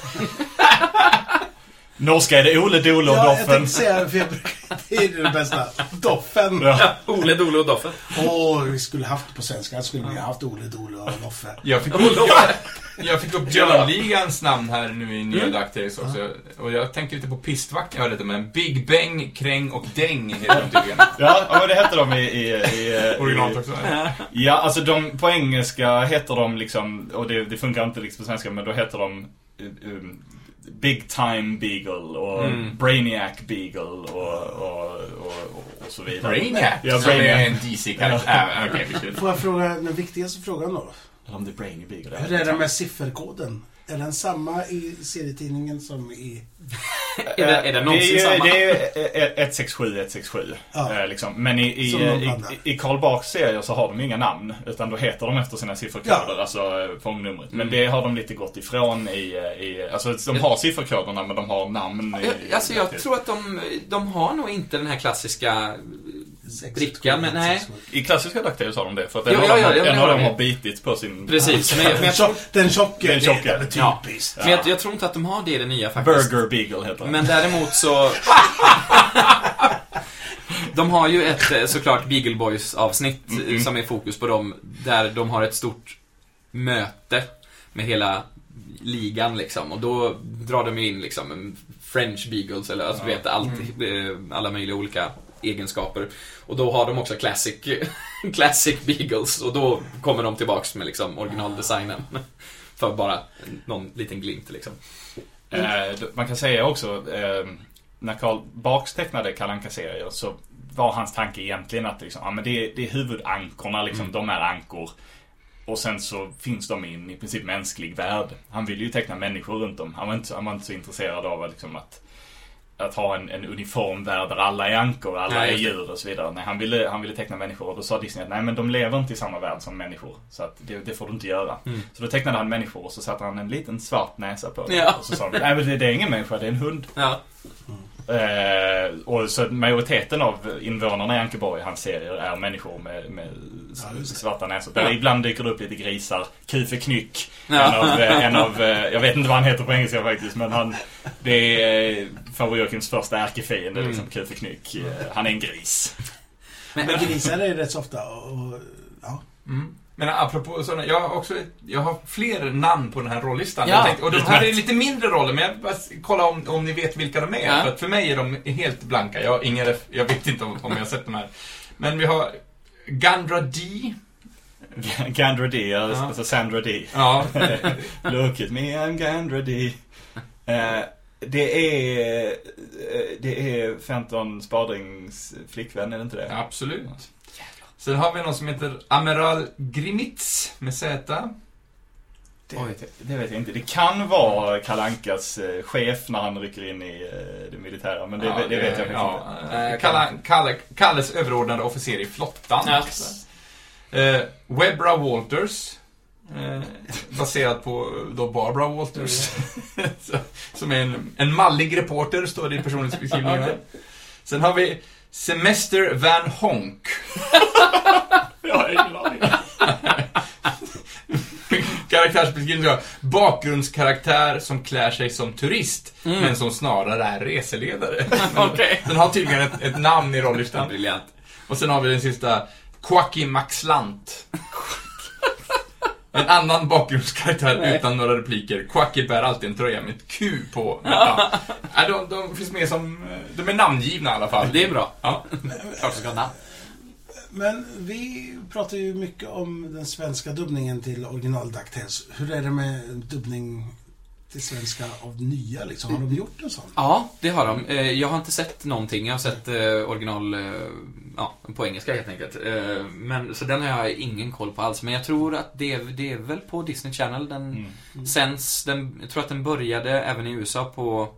C: Norska är det Ole, Dole och
A: jag
C: Doffen.
A: tänkte säga, för det är det bästa. Doffen.
C: Ja.
D: Ole, Dole och Doffen.
A: Vi skulle haft på svenska, skulle vi haft Ole, Dole och Doffen.
E: Jag fick upp Björnligans namn här nu i nya DuckTales också. Och jag tänker lite på pistvakt. Jag hörde det, men Big Bang, Kräng och Däng heter de tydligen.
C: Ja, men det heter de i
E: originalet också.
C: Ja, alltså på engelska heter de liksom, och det funkar inte liksom på svenska, men då heter de Big Time Beagle och Brainiac Beagle och så vidare.
E: Brainiac?
C: Ja,
E: som är en DC-karaktär. Okay,
A: får jag fråga den viktigaste frågan då?
C: Om det är Brainy Beagle.
A: Hur är det med sifferkoden? Är den samma i serietidningen som i...
D: är den någonsin samma?
C: Det är 167.
A: Ja.
C: Liksom. Men i Carl Barks serier så har de inga namn, utan då heter de efter sina sifferkoder, alltså fångnumret. Men det har de lite gått ifrån alltså de har sifferkoderna, men de har namn
D: jag tror att de har nog inte den här klassiska brickan, men nej.
C: I klassiska DuckTales har de det, för att en av dem har bitit på sin...
D: Precis,
A: den tjocka.
D: Typiskt. Men jag tror inte att de har det i det nya faktiskt.
C: Burger Beagle heter det.
D: Men däremot så... De har ju ett såklart Beagle Boys avsnitt som är fokus på dem, där de har ett stort möte med hela ligan liksom, och då drar de in liksom French Beagles eller alltså vet alla möjliga olika egenskaper, och då har de också classic Beagles, och då kommer de tillbaks med liksom originaldesignen för bara någon liten glimt liksom.
C: Man kan säga också när Carl Barks tecknade Kalle Anka-serier så var hans tanke egentligen att liksom, men det är huvudankorna liksom, de är ankor. Och sen så finns de i princip mänsklig värld. Han ville ju teckna människor runt om. Han var inte så intresserad av liksom, att ha en uniformvärld där alla är ankor, alla är djur och så vidare. Nej, han ville teckna människor, och då sa Disney att nej, men de lever inte i samma värld som människor. Så att det får du inte göra. Så då tecknade han människor och så satte han en liten svart näsa på det. Och så sa han, nej, men det är ingen människa, det är en hund.
D: Ja.
C: Och så majoriteten av invånarna i Ankeborg, hans serier, är människor med svarta näsor. Där ibland dyker det upp lite grisar. Kufe Knyck. En av jag vet inte vad han heter på engelska faktiskt, men det är Farbror Joakims första ärkefiende, liksom, Kufe Knyck. Han är en gris.
A: Men grisar är rätt så ofta
E: Men apropå sådana, jag har fler namn på den här rollistan.
D: Ja,
E: och de här är lite mindre roller, men jag bara kolla om ni vet vilka de är.
D: Ja.
E: För att för mig är de helt blanka. Jag vet inte om jag har sett de här. Men vi har Gandra D.
C: Gandra D, alltså Sandra D.
E: Ja.
C: Look at me, I'm Gandra D. Det är Fenton Spardings flickvän, är det inte det?
E: Ja, absolut. Sen har vi någon som heter Amiral Grimitz med Z.
C: Det vet jag inte. Det kan vara Kalle Ankas chef när han rycker in i det militära, men det vet jag inte.
E: Kalles överordnade officer i flottan.
D: Yes.
E: Webra Walters. Baserat på då Barbara Walters. Som är en mallig reporter, står det i personlighetsbeskrivningen. Sen har vi Semester Van Honk.
C: Jag har ingen aning.
E: Karaktärsbeskrivning då. Bakgrundskaraktär som klär sig som turist, men som snarare är reseledare.
D: Okay.
E: Den har tydligen ett namn i rollistan.
D: Briljant.
E: Och sen har vi den sista, Quacky Maxlant. En annan bakgrundskaraktär utan några repliker. Quacky bär alltid en tröja med ett Q på. De finns med som, de är namngivna i alla fall.
D: Det är bra.
E: Ja.
D: Klart ska ha namn.
A: Men vi pratar ju mycket om den svenska dubbningen till original DuckTales. Hur är det med dubbning till svenska av nya liksom? Har de gjort en sån?
D: Ja, det har de. Jag har inte sett någonting. Jag har sett original på engelska helt enkelt. Men, så den har jag ingen koll på alls. Men jag tror att det är väl på Disney Channel. Jag tror att den började även i USA på...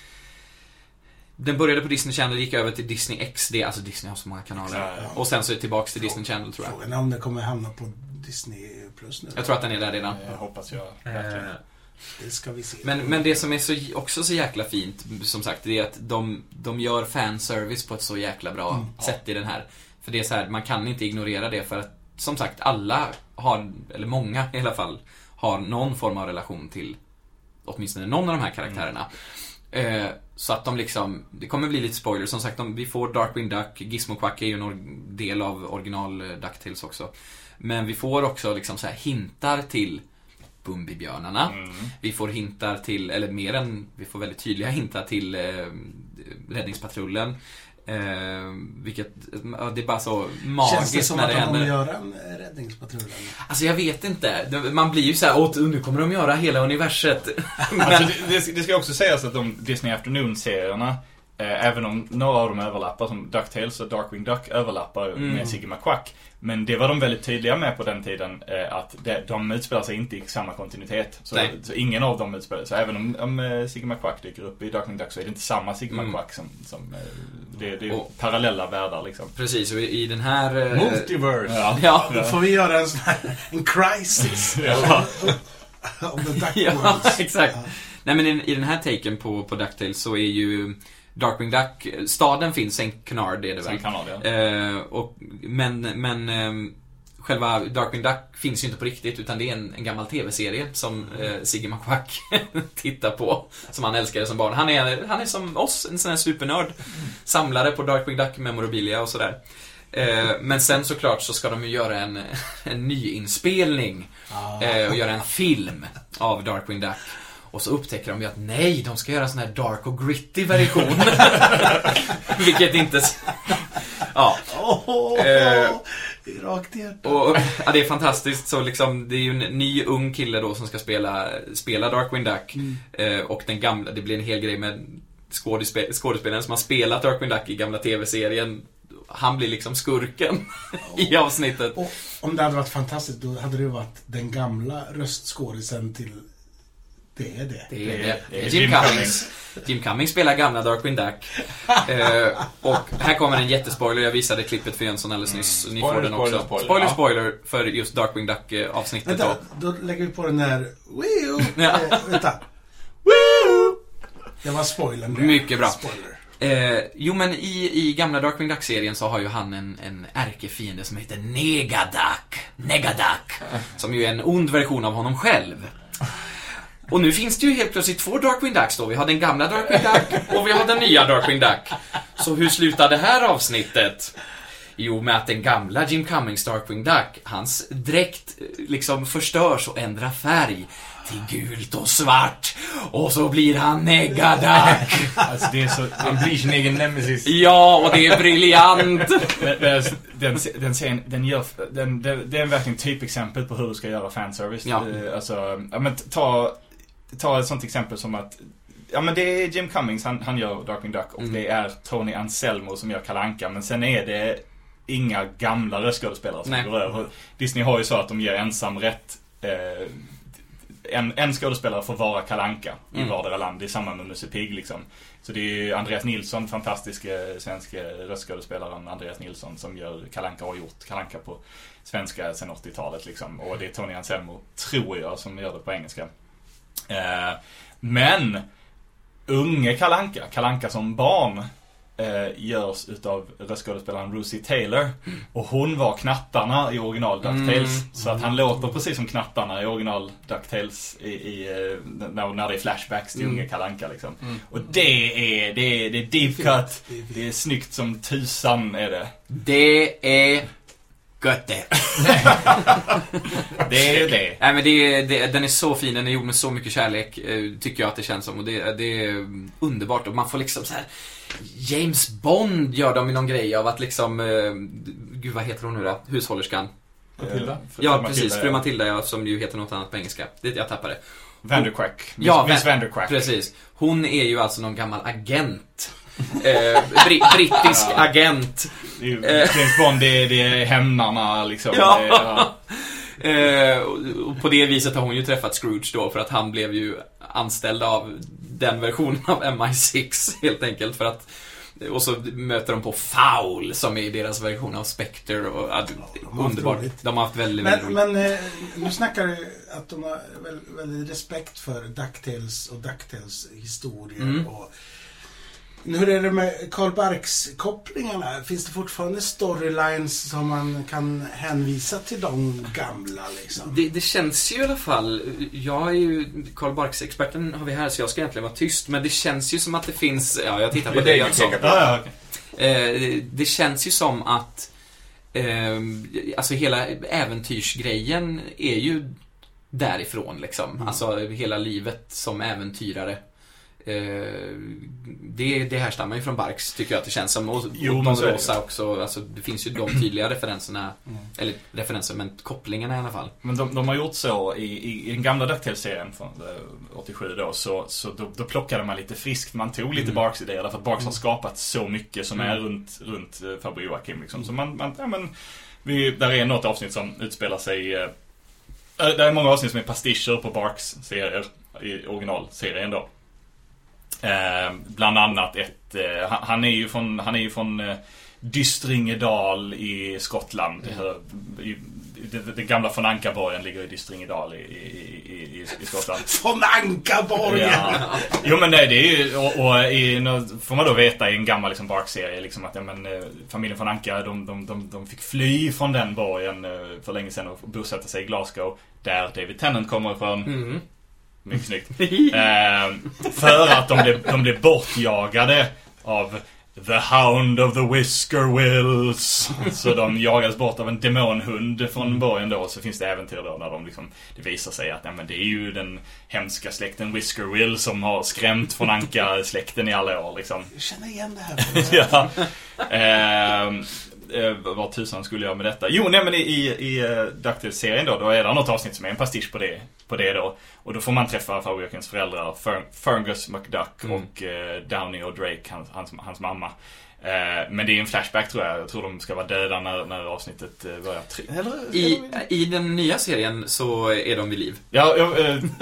D: Den började på Disney Channel, gick över till Disney XD. Alltså Disney har så många kanaler.
A: Ja.
D: Och sen så är det tillbaka till Disney Channel, tror jag.
A: Frågan är om det kommer hamna på Disney Plus nu.
D: Jag tror att den är där redan.
C: Jag hoppas jag.
A: Det ska vi se.
D: Men det som är också så jäkla fint, som sagt, det är att de gör fanservice på ett så jäkla bra sätt i den här. För det är så här, man kan inte ignorera det, för att som sagt, alla har, eller många i alla fall, har någon form av relation till åtminstone någon av de här karaktärerna. Så att de liksom, det kommer bli lite spoilers. Som sagt, vi får Darkwing Duck, Gizmo Quack är ju en del av original DuckTales också. Men vi får också liksom så här hintar till Bumbibjörnarna. Vi får hintar till, eller mer än, vi får väldigt tydliga hintar till Räddningspatrullen. Vilket, det är bara så magiskt.
A: Känns det som
D: när
A: att
D: det
A: de kommer
D: händer.
A: göra en Räddningspatrullen?
D: Alltså jag vet inte. Man blir ju så här, nu kommer de göra hela universet.
C: Alltså, det ska också sägas att de Disney Afternoon-serierna, även om några av dem överlappar, som DuckTales och Darkwing Duck överlappar med Siggy McQuack. Men det var de väldigt tydliga med på den tiden, att de utspelar sig inte i samma kontinuitet. Så ingen av dem utspelar sig. Så även om Siggy McQuack dyker upp i Darkwing Duck, så är det inte samma Siggy McQuack som det är parallella världar liksom.
D: Precis, och i den här...
E: Multiverse.
D: Ja.
A: Då får vi göra en crisis. Om the Duck Worlds.
D: Exakt. Nej, men i den här taken på DuckTales så är ju Darkwing Duck, staden finns, St. Canard är det väl. Men själva Darkwing Duck finns ju inte på riktigt, utan det är en gammal tv-serie som Siggy McQuack tittar på, som han älskade som barn. Han är som oss, en sån här supernörd, samlare på Darkwing Duck memorabilia och sådär. Men sen såklart så ska de ju göra en nyinspelning och göra en film av Darkwing Duck. Och så upptäcker de ju att nej, de ska göra en sån här dark och gritty version. Vilket inte... Ja.
A: Rakt ner.
D: Och det är fantastiskt. Så liksom, det är ju en ny ung kille då som ska spela Darkwing Duck. Och den gamla, det blir en hel grej med skådespelaren som har spelat Darkwing Duck i gamla tv-serien. Han blir liksom skurken i avsnittet.
A: Och om det hade varit fantastiskt, då hade det varit den gamla röstskådisen till... Det är
D: Jim Cummings. Jim Cummings spelar gamla Darkwing Duck. Och här kommer en jättespoiler. Jag visade klippet för Jönsson alldeles nyss. Ni får den också. Spoiler för just Darkwing Duck-avsnittet.
A: Vänta, då lägger vi på den där... Vänta. Det var spoilern.
D: Mycket bra.
A: Spoiler.
D: Jo, men i gamla Darkwing Duck-serien så har ju han en ärkefiende som heter Negaduck. Som ju är en ond version av honom själv. Och nu finns det ju helt plötsligt 2 Darkwing Ducks då. Vi har den gamla Darkwing Duck och vi har den nya Darkwing Duck. Så hur slutar det här avsnittet? Jo, med att den gamla Jim Cummings Darkwing Duck, hans dräkt liksom förstörs och ändrar färg till gult och svart. Och så blir han Negaduck.
C: Alltså det är så...
E: Han blir sin egen nemesis.
D: Ja, och det är briljant.
C: Den serien, det är verkligen typexempel på hur du ska göra fanservice.
D: Ja.
C: Alltså, ja, men ta ett sånt exempel som att ja, men det är Jim Cummings, han gör Darkwing Duck, och det är Tony Anselmo som gör Kalle Anka, men sen är det inga gamla röstskådespelare som går över. Disney har ju så att de ger ensamrätt. En skådespelare får vara Kalle Anka i vardera land. Det är samma med Musse Pigg liksom. Så det är ju Andreas Nilsson, fantastiska svenska röstskådespelaren Andreas Nilsson, som gör Kalle Anka och har gjort Kalle Anka på svenska sedan 80-talet liksom. Och det är Tony Anselmo, tror jag, som gör det på engelska. Men unge Kalle Anka som barn görs utav röstskådespelaren Rosie Taylor, och hon var knattarna i original DuckTales, så att han låter precis som knattarna i original DuckTales när det är flashbacks till unge Kalle Anka liksom. Och det är deep cut, det är snyggt som tusan är det.
D: Det är gött det.
C: Det är ju det.
D: Nej, men den är så fin, den är gjord med så mycket kärlek, tycker jag att det känns som, och det är underbart, och man får liksom så här James Bond gör de i någon grej av att liksom gud, vad heter hon nu då? Hushållerskan.
E: Matilda.
D: Ja, precis, fru Matilda, ja, som ju heter något annat på engelska. Det jag tappade.
C: Vanderquack.
D: Miss
C: Vanderquack.
D: Precis. Hon är ju alltså någon gammal agent. Brittisk agent.
C: James Bond, det är hämnarna liksom.
D: Ja. Och på det viset har hon ju träffat Scrooge då, för att han blev ju anställd av den versionen av MI6 helt enkelt, för att, och så möter de på Fowl som är deras version av Spectre, och underbart. De har haft väldigt
A: men nu snackar du att de har väldigt respekt för DuckTales och DuckTales historier och hur är det med Carl Barks-kopplingarna? Finns det fortfarande storylines som man kan hänvisa till de gamla liksom?
D: Det känns ju i alla fall, jag är ju Carl Barks-experten har vi här, så jag ska egentligen vara tyst, men det känns ju som att det finns, ja, jag tittar på det jag sa. Det känns ju som att alltså hela äventyrsgrejen är ju därifrån liksom. Alltså hela livet som äventyrare. Det här stammar ju från Barks, tycker jag att det känns som, och Don Rosa också, alltså det finns ju de tydliga referenserna, eller referenser, men kopplingarna i alla fall.
C: Men de har gjort så i den gamla DuckTales-serien från 87 då, så då plockade man lite friskt, man tog lite Barks idéer, därför att Barks har skapat så mycket som är runt Farbror Joakim liksom. Så där är något avsnitt som utspelar sig, där är många avsnitt som är pastischer på Barks serier i originalserien då. Bland annat han är ju från Dystringedal i Skottland. Det gamla von Ankaborgen ligger i Dystringedal i Skottland.
A: Von Ankaborgen!
C: Ja. Jo, men nej, det är ju, och får man då veta i en gammal liksom Bark-serie liksom att familjen von Anka, de fick fly från den borgen för länge sedan och bosätta sig i Glasgow, där David Tennant kommer ifrån. Mycket snyggt. För att de blev bortjagade av The Hound of the Whiskerwills. Så de jagades bort av en demonhund från början då. Så finns det äventyr då när det visar sig att det är ju den hemska släkten Whiskerwill som har skrämt från Anka-släkten i alla år liksom.
A: Jag känner igen det här.
C: Ja. Vad tusan skulle jag med detta? Jo, men i DuckTales-serien då är det något avsnitt som är en pastisch på det då. Och då får man träffa Farbror Joakims föräldrar, Fergus McDuck och Downey och Drake, hans mamma. Men det är en flashback, tror jag. Jag tror de ska vara döda när avsnittet börjar.
D: I den nya serien så är de vid liv.
C: Ja,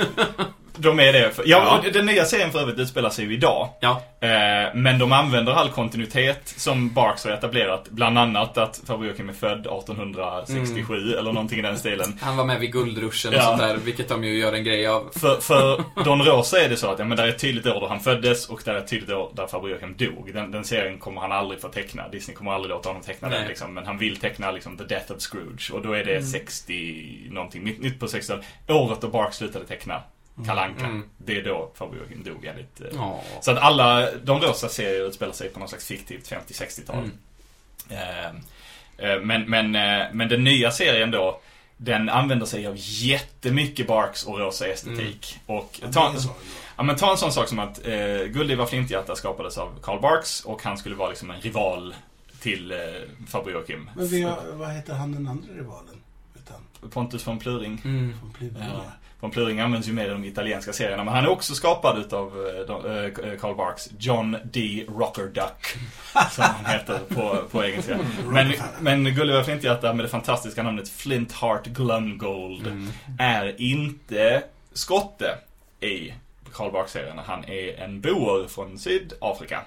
C: de är det. Den nya serien för övrigt utspelar sig ju idag.
D: Ja.
C: Men de använder all kontinuitet som Barks har etablerat. Bland annat att Farbror Joakim är född 1867 eller någonting i den stilen.
D: Han var med vid guldruschen och sånt där, vilket de ju gör en grej av.
C: För Don Rosa är det så att där är ett tydligt år då han föddes och där är ett tydligt år där Farbror Joakim dog. Den serien kommer han aldrig få teckna. Disney kommer aldrig låta honom teckna den liksom. Men han vill teckna liksom The Death of Scrooge. Och då är det 60 någonting, mitt på 60-talet. Året då Barks slutade teckna Kalle Anka. Det är då Farbror Joakim dog enligt. Så att alla de rosa serier utspelar sig på någon slags fiktivt 50-60-tal. Men den nya serien då, den använder sig av jättemycket Barks och rosa estetik. Och ta en sån sak som att Gulliver Flinthjärta skapades av Carl Barks, och han skulle vara liksom en rival till Farbror Joakim.
A: Men vad heter han den andra rivalen?
C: Pontus von Pluring.
A: Von Pluring.
C: Ja. Von Pluring används ju med i de italienska serierna, men han är också skapad utav Carl Barks. John D. Rockerduck, som han heter på engelska. Men Gulliver Flinthjärta med det fantastiska namnet Flintheart Glumgold är inte skotte i Carl Barks-serierna. Han är en boer från Sydafrika.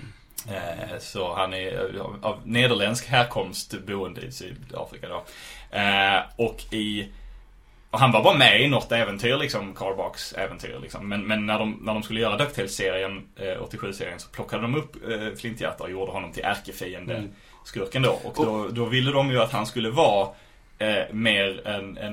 C: Så han är av nederländsk härkomst, boende i Sydafrika då. Och han var bara med i något äventyr, liksom Carl Barks äventyr liksom. Men när de skulle göra DuckTales-serien, 87-serien, så plockade de upp Flinthjärta och gjorde honom till ärkefiende skurken då. Och då ville de ju att han skulle vara mer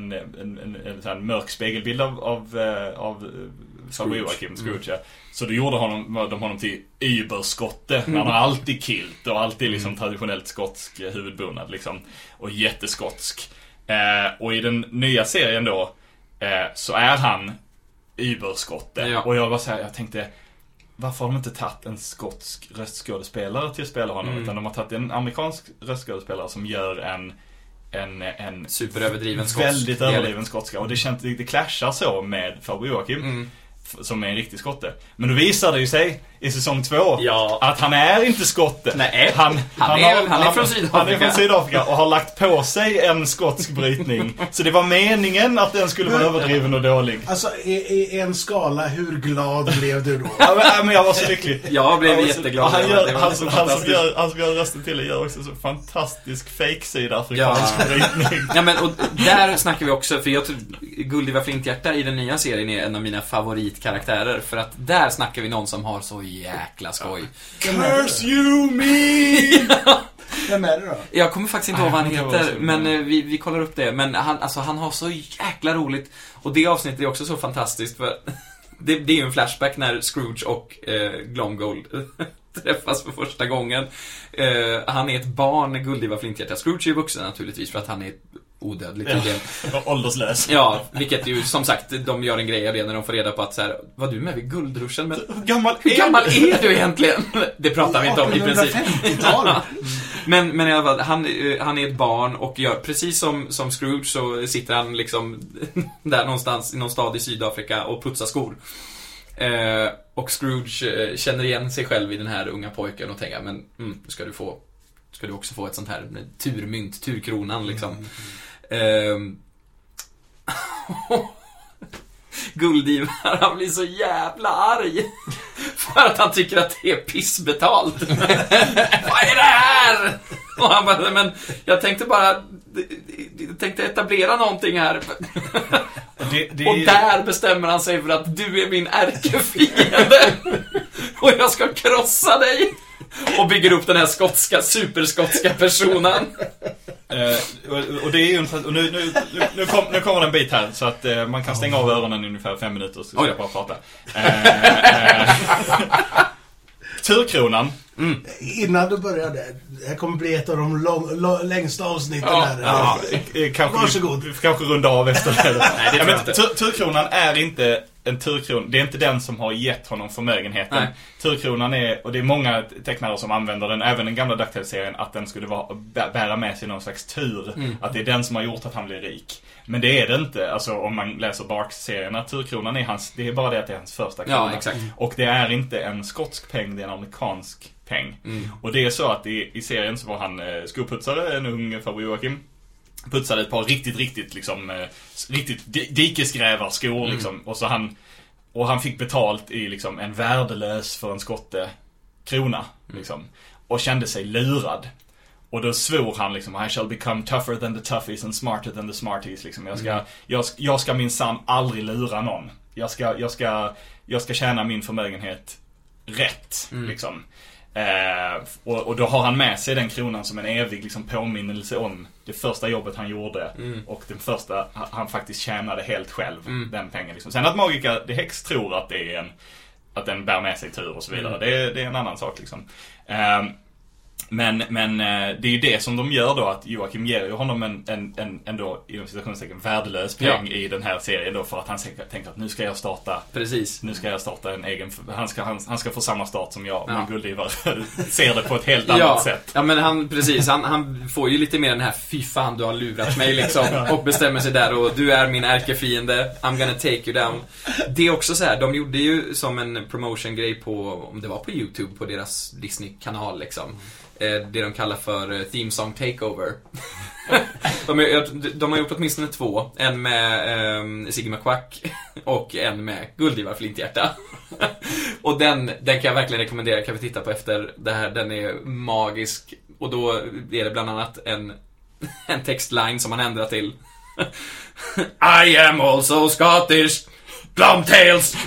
C: en mörk spegelbild av Farbror Joakim Scrooge. Så då gjorde de honom till überskotte. Han har alltid kilt och alltid liksom traditionellt skotsk huvudbonad liksom, och jätteskotsk. Och i den nya serien då så är han überskotte. Ja. Och jag tänkte, varför har de inte tagit en skotsk röstskådespelare till att spela honom, utan de har tagit en amerikansk röstskådespelare som gör en
D: superöverdriven skotsk,
C: väldigt överdriven skotska. Och det clashar så med Farbror Joakim, som är en riktig skotte. Men då visar det ju sig i säsong 2 att han är inte skotte.
D: Nej, han är från Sydafrika.
C: Han är från Sydafrika och har lagt på sig en skotsk brytning. Så det var meningen att den skulle vara överdriven och dålig.
A: Alltså, i en skala, hur glad blev du då?
C: Men jag var så lycklig.
D: Jag blev jätteglad.
C: Han som gör rösten till gör också så fantastisk fake sydafrikansk brytning.
D: Ja, men och där snackar vi också, för jag tror Gulliver Flinthjärta i den nya serien är en av mina favoritkaraktärer, för att där snackar vi någon som har så jäkla skoj.
C: Curse you me!
A: Vem är det då?
D: Jag kommer faktiskt inte ihåg vad han heter, men vi kollar upp det. Men han har så jäkla roligt. Och det avsnittet är också så fantastiskt, för det är ju en flashback när Scrooge och Glomgold träffas för första gången. Han är ett barn, Gulliver Flinthjärta. Scrooge är vuxen naturligtvis, för att han är odödlig tydligen.
C: Ålderslös.
D: Ja, vilket ju som sagt, de gör en grej av det när de får reda på att så här, var du med vid guldruschen? Men
C: hur gammal
D: är du egentligen? Det pratar vi inte om i princip. Men i alla fall, han är ett barn och gör precis som Scrooge, så sitter han liksom där någonstans i någon stad i Sydafrika och putsar skor. Och Scrooge känner igen sig själv i den här unga pojken och tänker, men ska du också få ett sånt här turmynt, turkronan liksom. Guldiver, han blir så jävla arg för att han tycker att det är pissbetalt. Vad är det här? Och han bara, men jag tänkte etablera någonting här. Och där bestämmer han sig för att du är min ärkefiende och jag ska krossa dig. Och bygger upp den här superskotska personen.
C: Och det är ju nu kommer en bit här, så att man kan stänga av öronen i ungefär 5 minuter, så ska jag bara prata. Turkronan.
A: Innan du började, det här kommer bli ett av de längsta avsnitten här.
C: Varsågod. Kanske runda av efter det. Men turkronan är inte en turkron. Det är inte den som har gett honom förmögenheten. Nej. Turkronan är, och det är många tecknare som använder den, även den gamla DuckTales-serien, att den skulle bära med sig någon slags tur. Att det är den som har gjort att han blir rik. Men det är det inte. Alltså om man läser Barks-serierna, turkronan är det är bara det att det är hans första krona.
D: Ja, exakt.
C: Och det är inte en skotsk peng, det är en amerikansk peng. Och det är så att i serien så var han skoputsare, en ung Farbror Joakim. Putsade ett par riktigt liksom riktigt dikesgrävarskor liksom, och han fick betalt i liksom en värdelös för en skotte krona liksom, och kände sig lurad. Och då svor han liksom, I shall become tougher than the toughies and smarter than the smarties liksom. Jag ska minsann aldrig lura någon. Jag ska tjäna min förmögenhet rätt liksom. Och då har han med sig den kronan som en evig liksom påminnelse om det första jobbet han gjorde och den första han faktiskt tjänade helt själv, den pengen liksom. Sen att Magica the Hex tror att det är att den bär med sig tur och så vidare, det är en annan sak liksom. Men det är ju det som de gör då, att Joakim ger ju honom en ändå inom citationstecken värdelös peng i den här serien då, för att han tänker att nu ska jag starta en egen, han ska få samma start som jag, men Gulliver ser det på ett helt annat sätt.
D: Ja, men han får ju lite mer den här fy fan, du har lurat mig liksom, och bestämmer sig där, och du är min ärkefiende, I'm gonna take you down. Det är också så här, de gjorde ju som en promotion-grej på, om det var på YouTube, på deras Disney-kanal liksom, det de kallar för Theme Song Takeover. de har gjort åtminstone 2. En med Siggy McQuack och en med Gulliver Flinthjärta. Och den kan jag verkligen rekommendera, kan vi titta på efter det här. Den är magisk. Och då är det bland annat en textline som man ändrar till I am also Scottish Glomtails.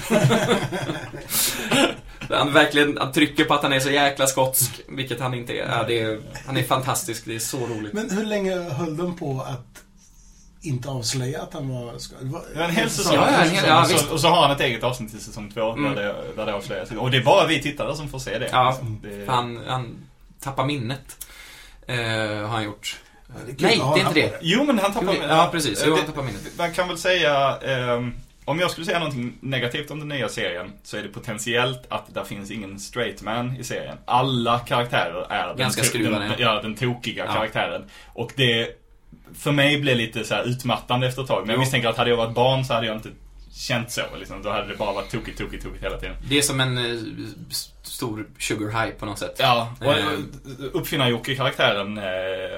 D: Han trycker på att han är så jäkla skotsk, vilket han inte är. Han är fantastisk, det är så roligt.
F: Men hur länge höll de på att inte avslöja att han var...
C: En hel säsong. Och så har han ett eget avsnitt i säsong 2 där det avslöjas. Och det är bara vi tittare som får se det.
D: Ja, han tappar minnet. Har han gjort. Nej, det är inte det.
C: Jo, men han tappar minnet.
D: Ja, precis. Han tappar minnet.
C: Man kan väl säga... Om jag skulle säga någonting negativt om den nya serien, så är det potentiellt att det finns ingen straight man i serien. Alla karaktärer är den tokiga karaktären. Och det för mig blev lite så här utmattande efter ett tag. Men jag misstänker att hade jag varit barn så hade jag inte känt så liksom. Då hade det bara varit tokigt hela tiden.
D: Det är som en stor sugar high på något sätt.
C: Ja, och uppfinnar-Jocke-karaktären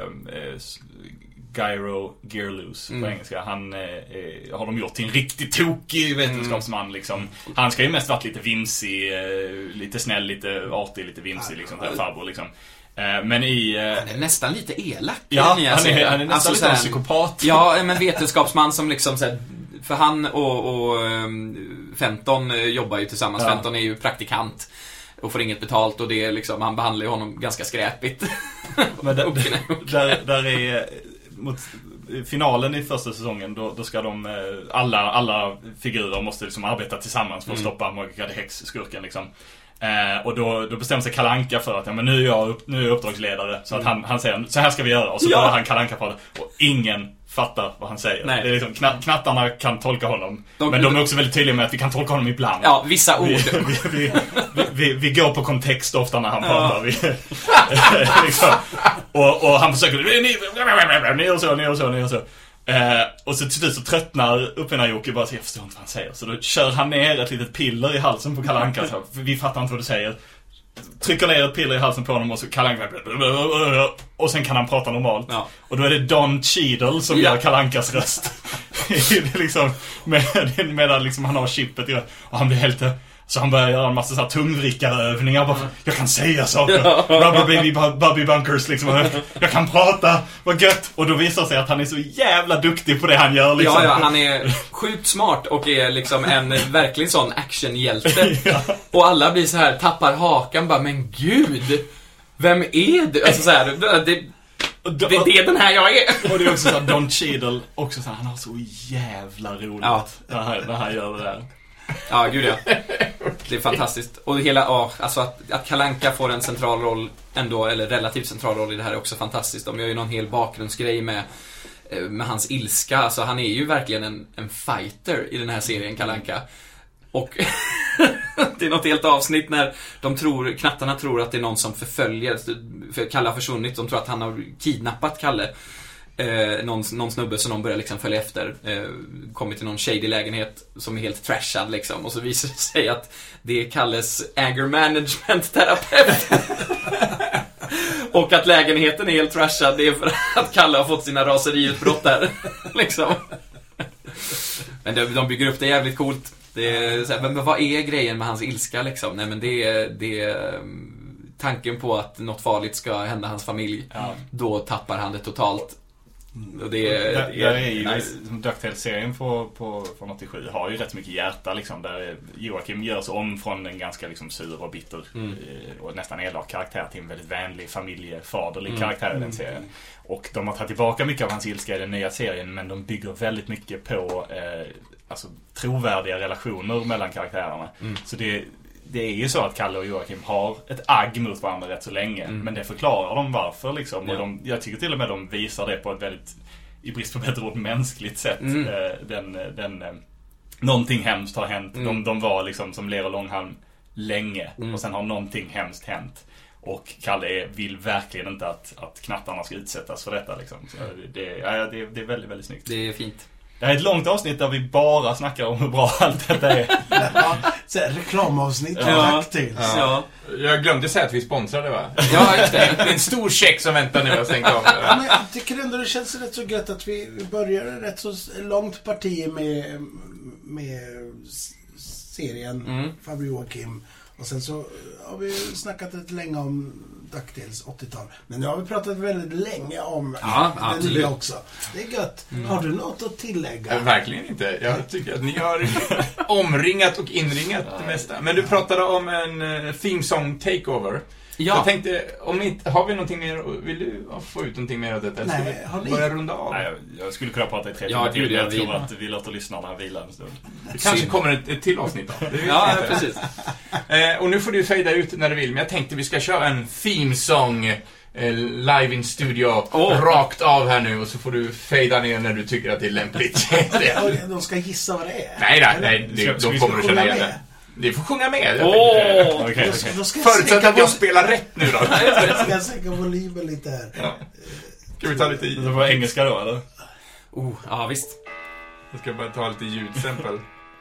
C: Gyro Gearloose på engelska. Han har de gjort till en riktigt tokig vetenskapsman liksom. Han ska ju mest varit lite vimsig, lite snäll, lite artig, lite vimsig liksom, farbror liksom. Men han
D: är nästan lite elak.
C: Ja, han är nästan lite en psykopat.
D: Ja, men vetenskapsman som liksom så här, för han och Fenton jobbar ju tillsammans. Fenton är ju praktikant och får inget betalt, och det är liksom, han behandlar ju honom ganska skräpigt.
C: Men där är mot finalen i första säsongen, då ska de alla figurer måste liksom arbeta tillsammans för att stoppa Magica the Hex-skurken liksom. Och då bestämmer sig Kalle Anka för att men nu är jag uppdragsledare, så att han säger så här ska vi göra, och så börjar han Kalle Anka prata och ingen fattar vad han säger. Nej. Det är liksom, knattarna kan tolka honom, men de är också väldigt tydliga med att vi kan tolka honom ibland.
D: Ja, vissa ord.
C: Vi går på kontext ofta när han pratar. Liksom. Och han försöker ni och så. Och så till slut så tröttnar Uppfinnar-Jocke bara, så jag förstår inte vad han säger. Så då kör han ner ett litet piller i halsen på Kalle Anka, så vi fattar inte vad du säger. Trycker ner ett piller i halsen på honom, och så Kalle Anka, och sen kan han prata normalt. Ja. Och då är det Don Cheadle som gör Kalle Ankas röst. Liksom, medan liksom han har chippet i, och han blir helt... Så han börjar göra en massa så här tungvrickarövningar. Bara, jag kan säga saker. Rubber baby Bobby Bunkers liksom. Jag kan prata. Vad gött. Och då visar sig att han är så jävla duktig på det han gör liksom.
D: Ja, han är sjukt smart och är liksom en verkligen sån actionhjälte. Och alla blir så här, tappar hakan bara, men gud, vem är du? Alltså så här, det är den här jag är.
C: Och det är också så här, Don Cheadle också så här, han har så jävla roligt när han gör det där.
D: Ja, gud ja. Det är fantastiskt. Och hela, alltså att Kalle Anka får en central roll ändå, eller relativt central roll i det här är också fantastiskt. De gör ju någon hel bakgrundsgrej med hans ilska. Alltså han är ju verkligen en fighter i den här serien, Kalle Anka. Och det är något helt avsnitt när knattarna tror att det är någon som förföljer, för Kalle har försvunnit. De tror att han har kidnappat Kalle. Någon snubbe som de börjar liksom följa efter, kommer till någon shady lägenhet som är helt trashad liksom, och så visar det sig att det är Kalles anger management terapeut. Och att lägenheten är helt trashad, det är för att Kalle har fått sina raseriutbrott där liksom. Men de bygger upp det jävligt coolt. Det är så här, men vad är grejen med hans ilska liksom? Nej, men det är tanken på att något farligt ska hända hans familj. Då tappar han det totalt. Och det är
C: ju
D: nice.
C: DuckTales-serien från 87 har ju rätt mycket hjärta liksom, där Joakim görs om från en ganska liksom sur och bitter och nästan elak karaktär till en väldigt vänlig familjefaderlig karaktär i den serien. Och de har tagit tillbaka mycket av hans ilska i den nya serien, men de bygger väldigt mycket på alltså trovärdiga relationer mellan karaktärerna. Så det är ju så att Kalle och Joakim har ett agg mot varandra rätt så länge. Men det förklarar de varför liksom.
D: Ja.
C: Och jag tycker till och med de visar det på ett väldigt, i brist på bättre ord, mänskligt sätt. Någonting hemskt har hänt. De var liksom som ler och långhalm länge. Och sen har någonting hemskt hänt. Och Kalle vill verkligen inte att knattarna ska utsättas för detta liksom. Så det är väldigt, väldigt snyggt.
D: Det är fint.
C: Det här är ett långt avsnitt där vi bara snackar om hur bra allt detta är.
F: Så här, reklamavsnitt.
D: Ja.
F: Till.
D: Ja.
E: Jag glömde säga att vi sponsrade, va?
D: Ja, just det.
E: En stor check som väntar nu, jag stängt av.
F: Ja, men jag tycker ändå det känns rätt så gött att vi börjar rätt så långt parti med serien Farbror Joakim. Och sen så har vi snackat rätt länge om DuckTales 80-tal. Men nu har vi pratat väldigt länge om det nya också. Det är gött. Har du något att tillägga?
E: Verkligen inte. Jag tycker att ni har omringat och inringat det mesta. Men du pratade om en theme song takeover.
D: Ja.
E: Jag tänkte, har vi någonting mer, vill du få ut någonting mer av detta?
F: Nej, har ni?
E: Börja runda av?
C: Nej, jag skulle kunna prata i 3
D: Ja,
C: timmar till.
D: gud,
C: Jag
D: jag
C: tror
D: vill.
C: att vi låter lyssnarna vila en stund.
E: Det kanske kommer ett till avsnitt då. Det vet
D: Ja,
E: jag inte.
D: precis.
E: Och nu får du fejda ut när du vill. Men jag tänkte vi ska köra en theme song live in studio rakt av här nu. Och så får du fejda ner när du tycker att det är lämpligt.
F: De ska gissa vad det är.
E: Nej, de kommer att känna igen det. Ni får sjunga med.
C: Okej.
E: Förutsatt att jag spelar rätt nu då.
F: Jag ska sänka volymen lite här.
E: Ja. Ska vi ta lite i?
C: Det var engelska då, eller?
D: Ja, visst.
E: Jag ska bara ta lite ljudsämpel.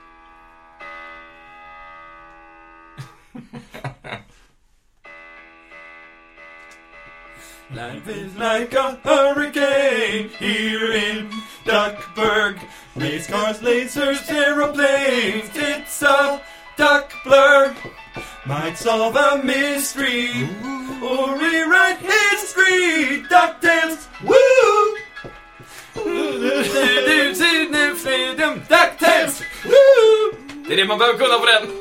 C: Life is like a hurricane here in Duckburg. Race cars, lasers, aeroplanes. It's a duck blur. Might solve a mystery or rewrite history. DuckTales, woo! DuckTales, woo!
D: Det är det man behöver kunna på den.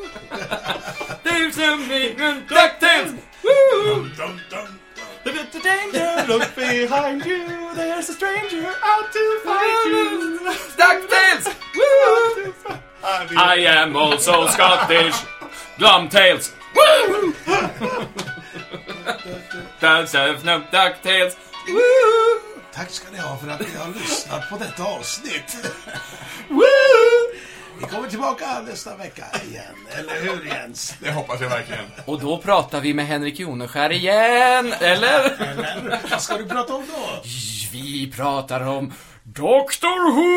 C: DuckTales, woo! The danger, look behind you. There's a stranger out to find you.
D: DuckTales! Woo! I am also Scottish. Glumtails. Woo! DuckTales. Woo!
F: Tack ska ni ha för att ni har lyssnat på detta avsnitt.
C: Woo!
F: Vi kommer tillbaka nästa vecka igen. Eller hur, Jens?
E: Det hoppas jag verkligen.
D: Och då pratar vi med Henrik Joneskär igen, eller?
F: Eller? Vad ska du prata om då?
D: Vi pratar om Doctor Who!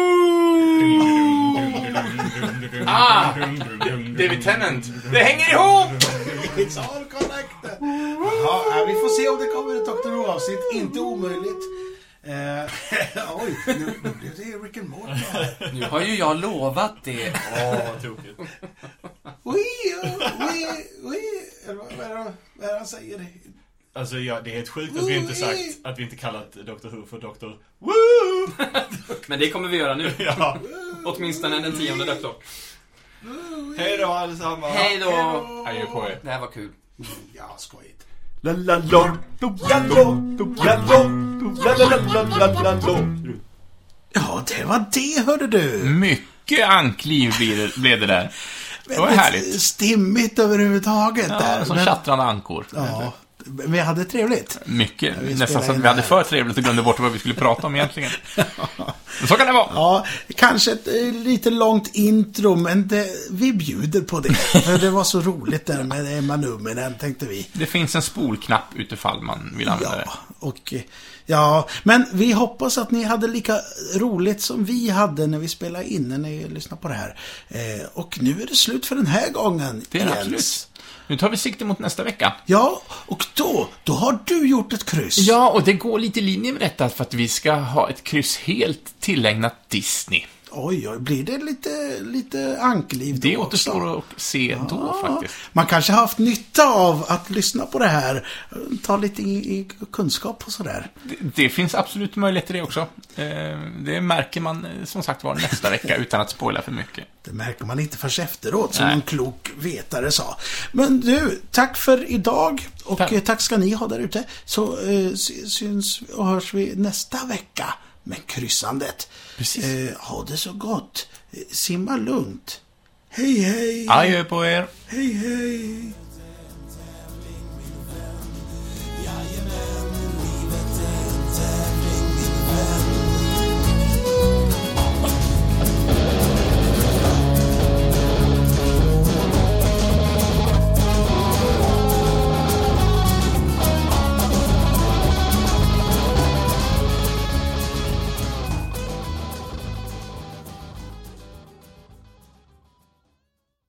E: David Tennant. Det hänger ihop!
F: It's all connected. Jaha, vi får se om det kommer ett Doctor Who-avsnitt. Inte omöjligt. Oj, nu blev det Rick and Morty här.
D: Nu har ju jag lovat det.
C: Tokigt.
F: Vad är det han säger?
C: Alltså det är helt sjukt att vi inte sagt att vi inte kallat Doctor Who för Doctor Woo!
D: Men det kommer vi göra nu.
C: Ja.
D: Åtminstone den 10:e doktor.
C: Hej då allesammans.
D: Hej då.
E: Adjö på er.
D: Det här var kul.
F: Ja, skojigt.
A: Ja, det var det, hörde du.
B: Mycket ankliv blev det där. Det var härligt.
A: Stimmigt överhuvudtaget
B: Ja,
A: där.
B: som
A: Men-
B: tjattrande ankor.
A: Ja, men vi hade trevligt.
B: Mycket.
A: vi
B: Nästan
A: spelar
B: så att
A: in
B: vi hade
A: det.
B: för trevligt och glömde bort vad vi skulle prata om egentligen. Men så kan det vara.
A: Ja, kanske ett lite långt intro, men vi bjuder på det. För det var så roligt där med Emma Numminen, tänkte vi.
B: Det finns en spolknapp utifall man vill använda det.
A: Ja, men vi hoppas att ni hade lika roligt som vi hade när vi spelade in, när ni lyssnade på det här. Och nu är det slut för den här gången.
B: Det är det absolut. Nu tar vi sikte mot nästa vecka.
A: Ja, och då har du gjort ett kryss.
B: Ja, och det går lite i linje med detta för att vi ska ha ett kryss helt tillägnat Disney.
A: Oj, blir det lite ankliv då
B: Det
A: också?
B: återstår att se då faktiskt.
A: Man kanske har haft nytta av att lyssna på det här. Ta lite i kunskap och sådär.
B: Det finns absolut möjlighet till det också. Det märker man som sagt var nästa vecka utan att spoila för mycket.
A: Det märker man inte först efteråt, som
B: Nej.
A: en klok vetare sa. Men du, tack för idag. Och tack ska ni ha där ute. Så syns och hörs vi nästa vecka med kryssandet.
B: Precis.
A: Ha det så gott. Simma lugnt. Hej, hej.
B: Adjö på er.
A: Hej, hej.